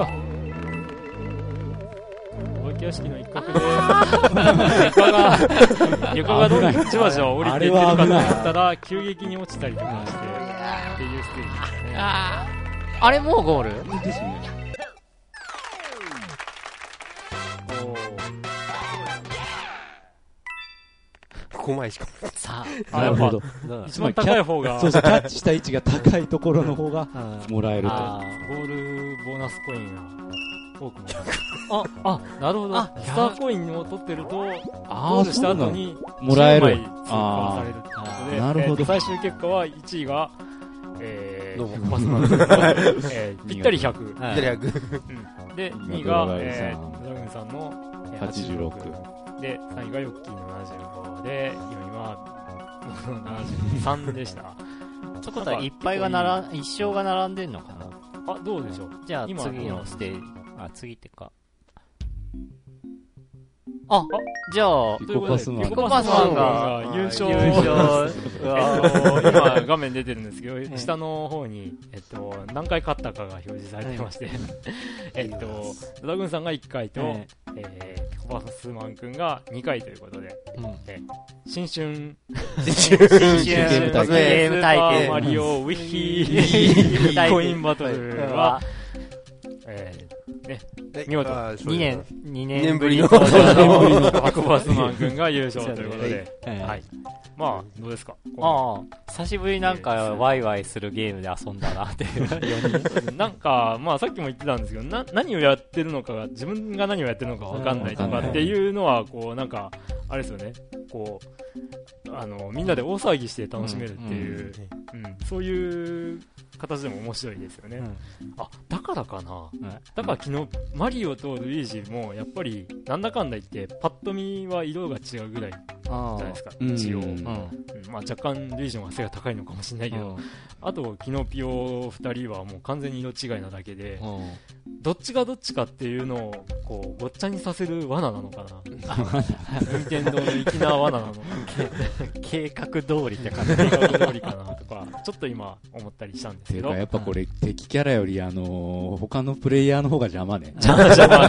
化け屋敷の一角で床が床がどんどんじわじわ降りていってるかと思ったら急激に落ちたりとかしてっていうステージですね。 ああれもうゴールですね。 ごまいしかさあ、なるほど。一番高い方がそうそうキャッチした位置が高いところの方がもらえると。 ゴールボーナスコインが多くもらえる。あ、あ、なるほど。スターコインを取ってるとゴールした後にもらえる。 じゅうまい追加されるってことで、 なるほど。 最終結果はいちいがえー、パスマンえー、ぴったりひゃく。ぴったりひゃく。で、にいがえー、ドラグンさんのはちじゅうろく。 で、さんいがヨッキーのななじゅうごで、よんいは僕のななじゅうさんでした。 ちょっといっぱいがなら、一生が並んでんのかな。 あ、どうでしょう。 じゃあ次のステージ、あ、次ってか。あ、じゃあ、 ピコパスマンピコパスマンが優勝。 優勝。 えっと、今画面出てるんですけど、下の方に、えっと、何回勝ったかが表示されてまして、えっと、ドラグーンさんがいっかいと、えー、ピコパスマン君がにかいということで、うんえ新春、 新春ゲーム体験、 スーパーマリオウィッヒーコインバトルは、えー、ね、見事、 にねん、にねんぶりの登場のピコパスマン君が優勝ということで、はい。まあ、どうですか？ ああ、久しぶりなんかワイワイするゲームで遊んだなっていう。 なんか、まあさっきも言ってたんですけど、な、何をやってるのかが、自分が何をやってるのかわかんないとかっていうのは、こう、なんか、あれですよね、こう、あの、みんなで大騒ぎして楽しめるっていう、うん、うんうん、そういう形でも面白いですよね。うん、あ、だからかな、うん、だから昨日、マリオとルイージも、やっぱり、なんだかんだ言って、パッと見は色が違うぐらい。じゃないですか、一応、うんうんまあ、若干ルイージの方が背が高いのかもしれないけど、うん、あとキノピオふたりはもう完全に色違いなだけで、うん、どっちがどっちかっていうのをこうごっちゃにさせる罠なのかな任天堂の粋な罠なのか計画通りって感じ計画通りかなとかちょっと今思ったりしたんですけど、 ていうかやっぱこれ、うん、敵キャラよりあのー、他のプレイヤーの方が邪魔ね邪魔邪魔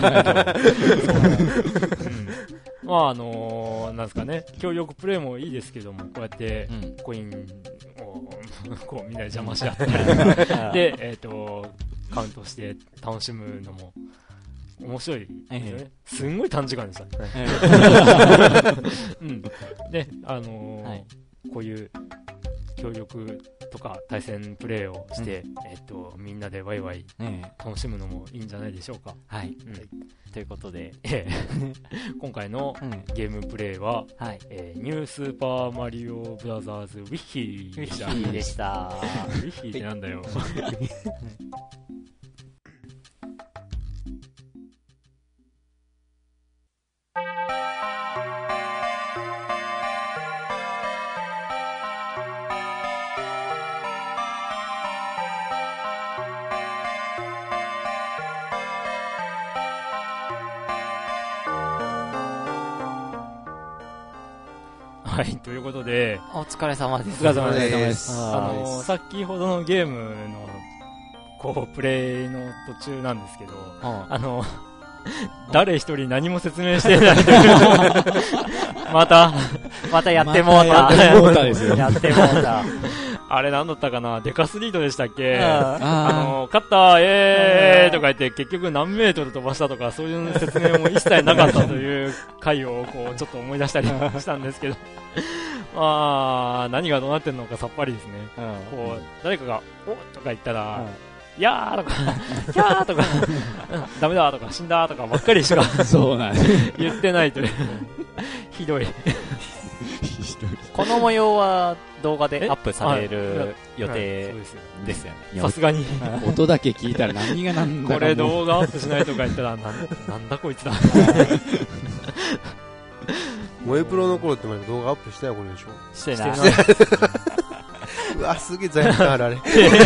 まああのー、なんですかね、協力プレイもいいですけども、こうやってコインをこうみんなで邪魔し合ったりで、えっとカウントして楽しむのも面白いですよね。ええ、すんごい短時間でしたね。ええ、うん。で、あのーはい、こういう協力とか対戦プレイをして、うん、えっとみんなでワイワイ楽しむのもいいんじゃないでしょうか。 はい。うん、ということで、 ええ、今回のゲームプレイは、うんはいえー、ニュースーパーマリオブラザーズウィッヒーでした。 ウィッヒーでした。 ウィッヒーってなんだよ。はい、ということで、 お疲れ様です。 お疲れ様です。あの、先ほどのゲームの、こう、プレイの途中なんですけど、あの、 誰一人何も説明してないというまたまたやってもうた、 やってもうたですよやってもうたあれ何だったかな、デカスリートでしたっけ、ああの勝ったえーとか言って結局何メートル飛ばしたとかそういう説明も一切なかったという回をこうちょっと思い出したりしたんですけどまあ何がどうなってるのかさっぱりですね、うん、こう誰かがおとか言ったら、うんいやーとか、キャーとか、ダメだとか、死んだとかばっかりしかそうなん言ってないというひどいこの模様は動画でアップされる予定ですよね。 さすがに音だけ聞いたら何がなんだかこれ動画アップしないとか言ったらなんなんだこいつだ萌えプロの頃ってまで動画アップしてない頃でしょ。 してないうわすげえ罪悪感あるあれ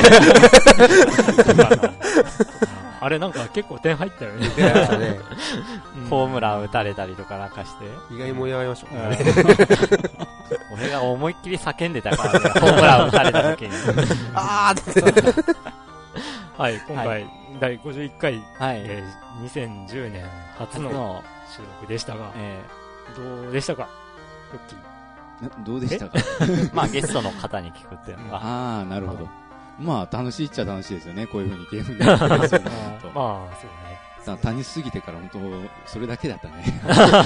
あれなんか結構点入ったよねねホームラン打たれたりとかなんかして意外に盛り上がりましたね、 うん、俺が思いっきり叫んでたからねホームラン打たれた時にあーってはい今回、はい、だいごじゅういっかい、 はいえー、にせんじゅうねん初の収録でしたが、えー、どうでしたかロッキーどうでしたかまあゲストの方に聞くっていうのがああなるほどまあ楽しいっちゃ楽しいですよねこういう風にゲームになってるんですよねまあそうね楽しすぎてから本当それだけだったね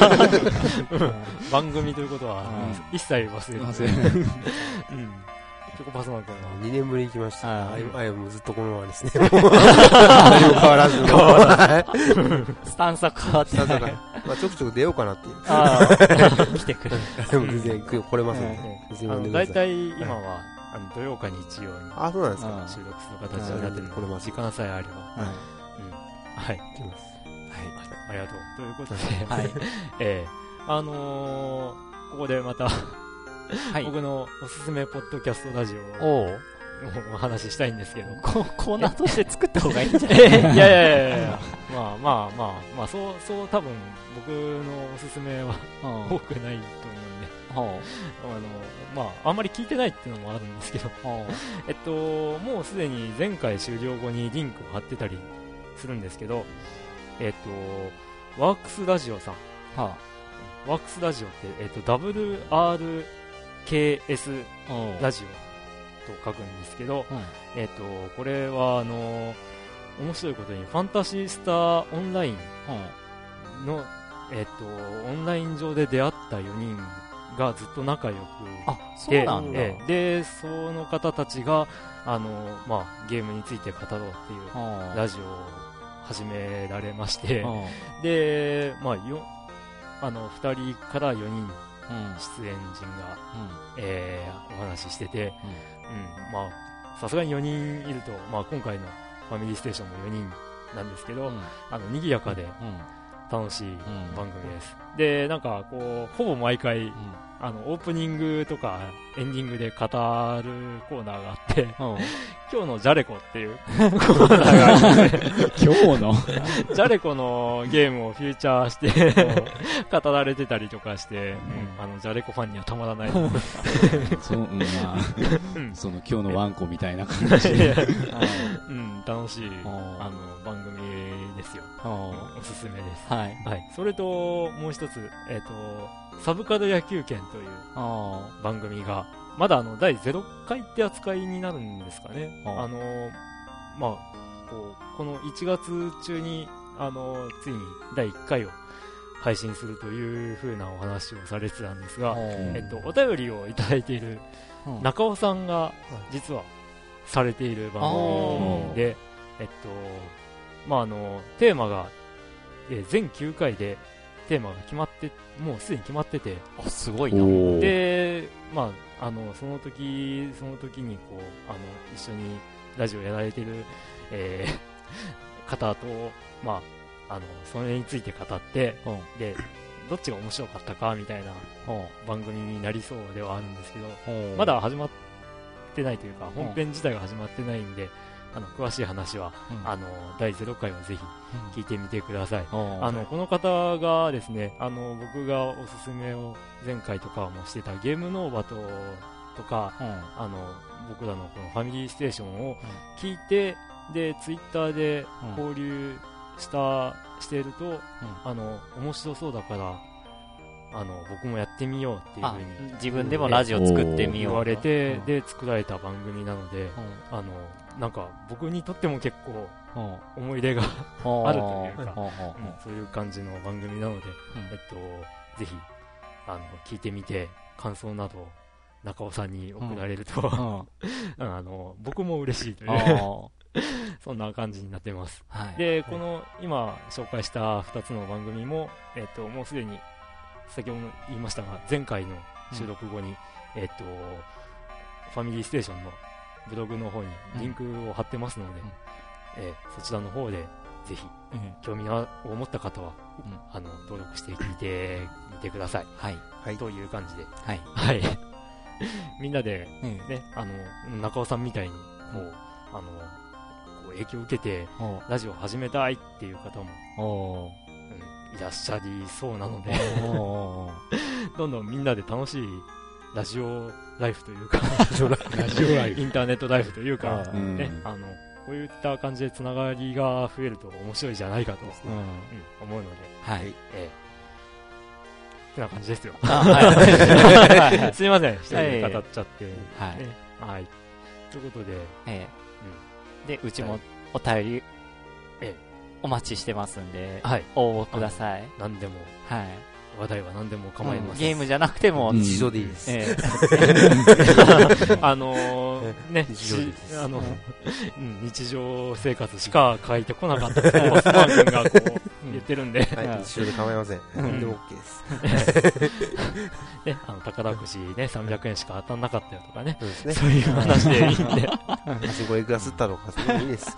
番組ということは、うん、一切忘れて忘れないうんチョコパスマークはにねんぶりに来ました。ああいうもずっとこのままですね。何も変わらずの。 スタンスは変わってない。 まあちょくちょく出ようかなっていう。 ああ、来てくる。 でも全然来れますので。 だいたい今はあの土曜か日曜にあそうなんですか収録する形になってるので、時間さえあれば。はい。来ます。はい。ありがとう。ということで、はい。ええ、あのここでまた。はい、僕のおすすめポッドキャストラジオをお話ししたいんですけどコーナーとして作った方がいいんじゃないいやいやいやいやまあまあまあまあそうそう多分僕のおすすめは多くないと思うんであのまああんまり聞いてないっていうのもあるんですけどえっともうすでに前回終了後にリンクを貼ってたりするんですけどえっとワークスラジオさん、はあ、ワークスラジオってえっと ダブリューアールケーエス ラジオと書くんですけど、うん、えっとこれはあの面白いことにファンタシースターオンラインの、うん、えっとオンライン上で出会ったよにんがずっと仲良くあそうなんだ、 えでその方たちがあの、まあ、ゲームについて語ろうっていうラジオを始められまして、うん、で、まあ、よあのふたりからよにん出演陣が、うんえー、お話ししてて、うんうん、まあさすがによにんいると、まあ、今回のファミリーステーションもよにんなんですけど、うん、あの賑やかで楽しい番組です、うん、でなんかこうほぼ毎回、うん、あのオープニングとかエンディングで語るコーナーがあって、うん、今日のジャレコっていうコーナーがあって今日のジャレコのゲームをフューチャーして語られてたりとかして、うん、あのジャレコファンにはたまらないそう、うんまあうん、その今日のワンコみたいな感じで、 うん、楽しいあの番組ですよ。おすすめです、 はいはい、それともう一つ、えーと、サブカル野球拳という番組がまだあのだいゼロかいって扱いになるんですかね。あのまあこうこのいちがつ中にあのついにだいいっかいを配信するという風なお話をされてたんですが、えっと、お便りをいただいている中尾さんが実はされている番組で、えっとまああのテーマが、えー、全きゅうかいでテーマが決まってもうすでに決まっててあすごいなでまああのその時その時にこうあの一緒にラジオやられている、えー、方とまああのそれについて語って、うん、でどっちが面白かったかみたいな、うん、番組になりそうではあるんですけど、うん、まだ始まってないというか本編自体が始まってないんで、あの詳しい話は、うん、あのだいゼロかいをぜひ聞いてみてください、うん、あのこの方がですねあの僕がおすすめを前回とかもしてたゲームノーバトとか、うん、あの僕らのこのファミリーステーションを聞いて、でツイッターで交流したしていると、うん、あの面白そうだからあの僕もやってみようっていうふうに自分でもラジオ作ってみよう言われて、うん、で作られた番組なので、うん、あのなんか僕にとっても結構思い入れがあるというか、うん、そういう感じの番組なので、えっと、ぜひあの聞いてみて感想など中尾さんに送られると、うん、あの僕も嬉しいというそんな感じになってます、はい、でこの今紹介したふたつの番組も、えっと、もうすでに先ほど言いましたが前回の収録後に、うんえっと、ファミリーステーションのブログの方にリンクを貼ってますので、うんえー、そちらの方でぜひ、うん、興味を持った方は、うん、あの登録して聞いてみてください、はいはい、という感じで、はいはい、みんなで、ねうん、あの中尾さんみたいにこうあのこう影響を受けてラジオを始めたいっていう方も、うん、いらっしゃりそうなのでどんどんみんなで楽しいラジオライフというかラジオライフインターネットライフというか、うん、ね、あのこういった感じでつながりが増えると面白いじゃないかと、うんうん、思うので、はい、えー、ってな感じですよ。はい、すいません、一人で語っちゃって、はい、ね、はい、ということで、えーうん、でうちもお便り、えー、お待ちしてますんで、はい、応募ください。 何でも、はい。話題は何でも構いません、 うん、ゲームじゃなくても日常でいいです、えー、あのー、ね日常でいいですあの、うん、日常生活しか書いてこなかったってマスマン君がこう言ってるんで、 はい、日常で構いません、うん、でも OK ですね、あの宝くじねさんびゃくえんしか当たんなかったよとかね、そうですね、そういう話でいいんでパチンコいくらすったのかそれでいいです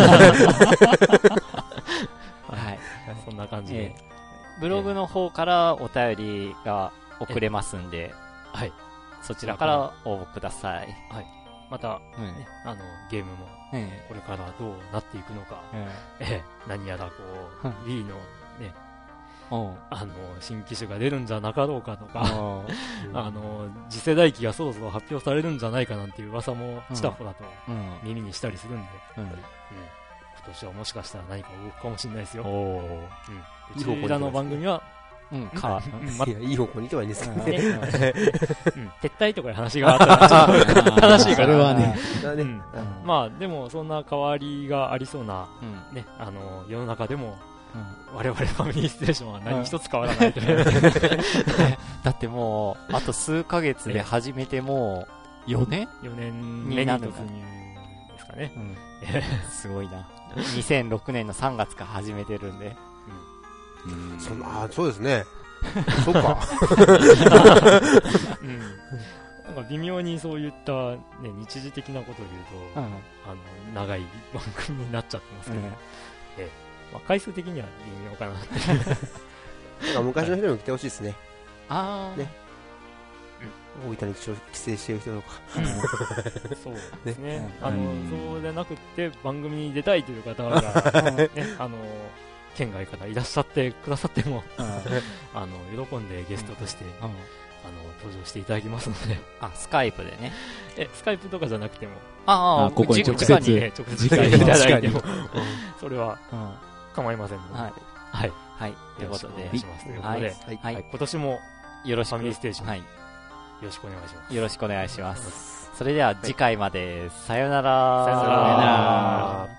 はい、そんな感じで、えーブログの方からお便りが送れますんで、はい、そちらから応募ください。 はい、また、うんね、あのゲームもこれからどうなっていくのか、うん、え何やらこう、うん、Wii のね、あの新機種が出るんじゃなかろうかとか、あの次世代機がそろそろ発表されるんじゃないかなんていう噂もちらほらと耳にしたりするんで、うんうんうん、今年はもしかしたら何か動くかもしれないですよ。おー、うんうちらの番組は、うん、か、 ま、いや、いい方向に行ってはいいんですけどね。 うん、撤退とかいう話があったら、ちょっと悲しいから。それはね。うん、まあ、でも、そんな変わりがありそうな、うん、ね、あの、世の中でも、うん、我々ファミリーステーションは何一つ変わらないという。 だってもう、あと数ヶ月で始めてもう、よねん ?よ年目に突入ですかね。うん、 すごいな。にせんろくねんのさんがつから始めてるんで。 うん、そあそうですねそうか、 うん、なんか微妙にそういった、ね、日時的なことを言うと、うん、あの長い番組になっちゃってますけど、うん、えまあ、回数的には微妙かなってなんか昔の人にも来てほしいですね。 ああ、ね、 うん、大分に帰省してる人とか、 うん、そうですね、ね、あの、うん、そうでなくって番組に出たいという方が、ね、あの県外からいらっしゃってくださってもあの喜んでゲストとして、うん、あの登場していただきますので、 あ、スカイプでね、 えスカイプとかじゃなくても、 ああ、 ここに直接直に、ね、直接来ていただいてもそれは構いませんので、はいはいはい、ということで、 よろしくお願いしますということで、はいはいはい、今年もよろしくファミリーステーション、はい、よろしくお願いします。 よろしくお願いします。それでは次回まで、さよなら。 さよなら。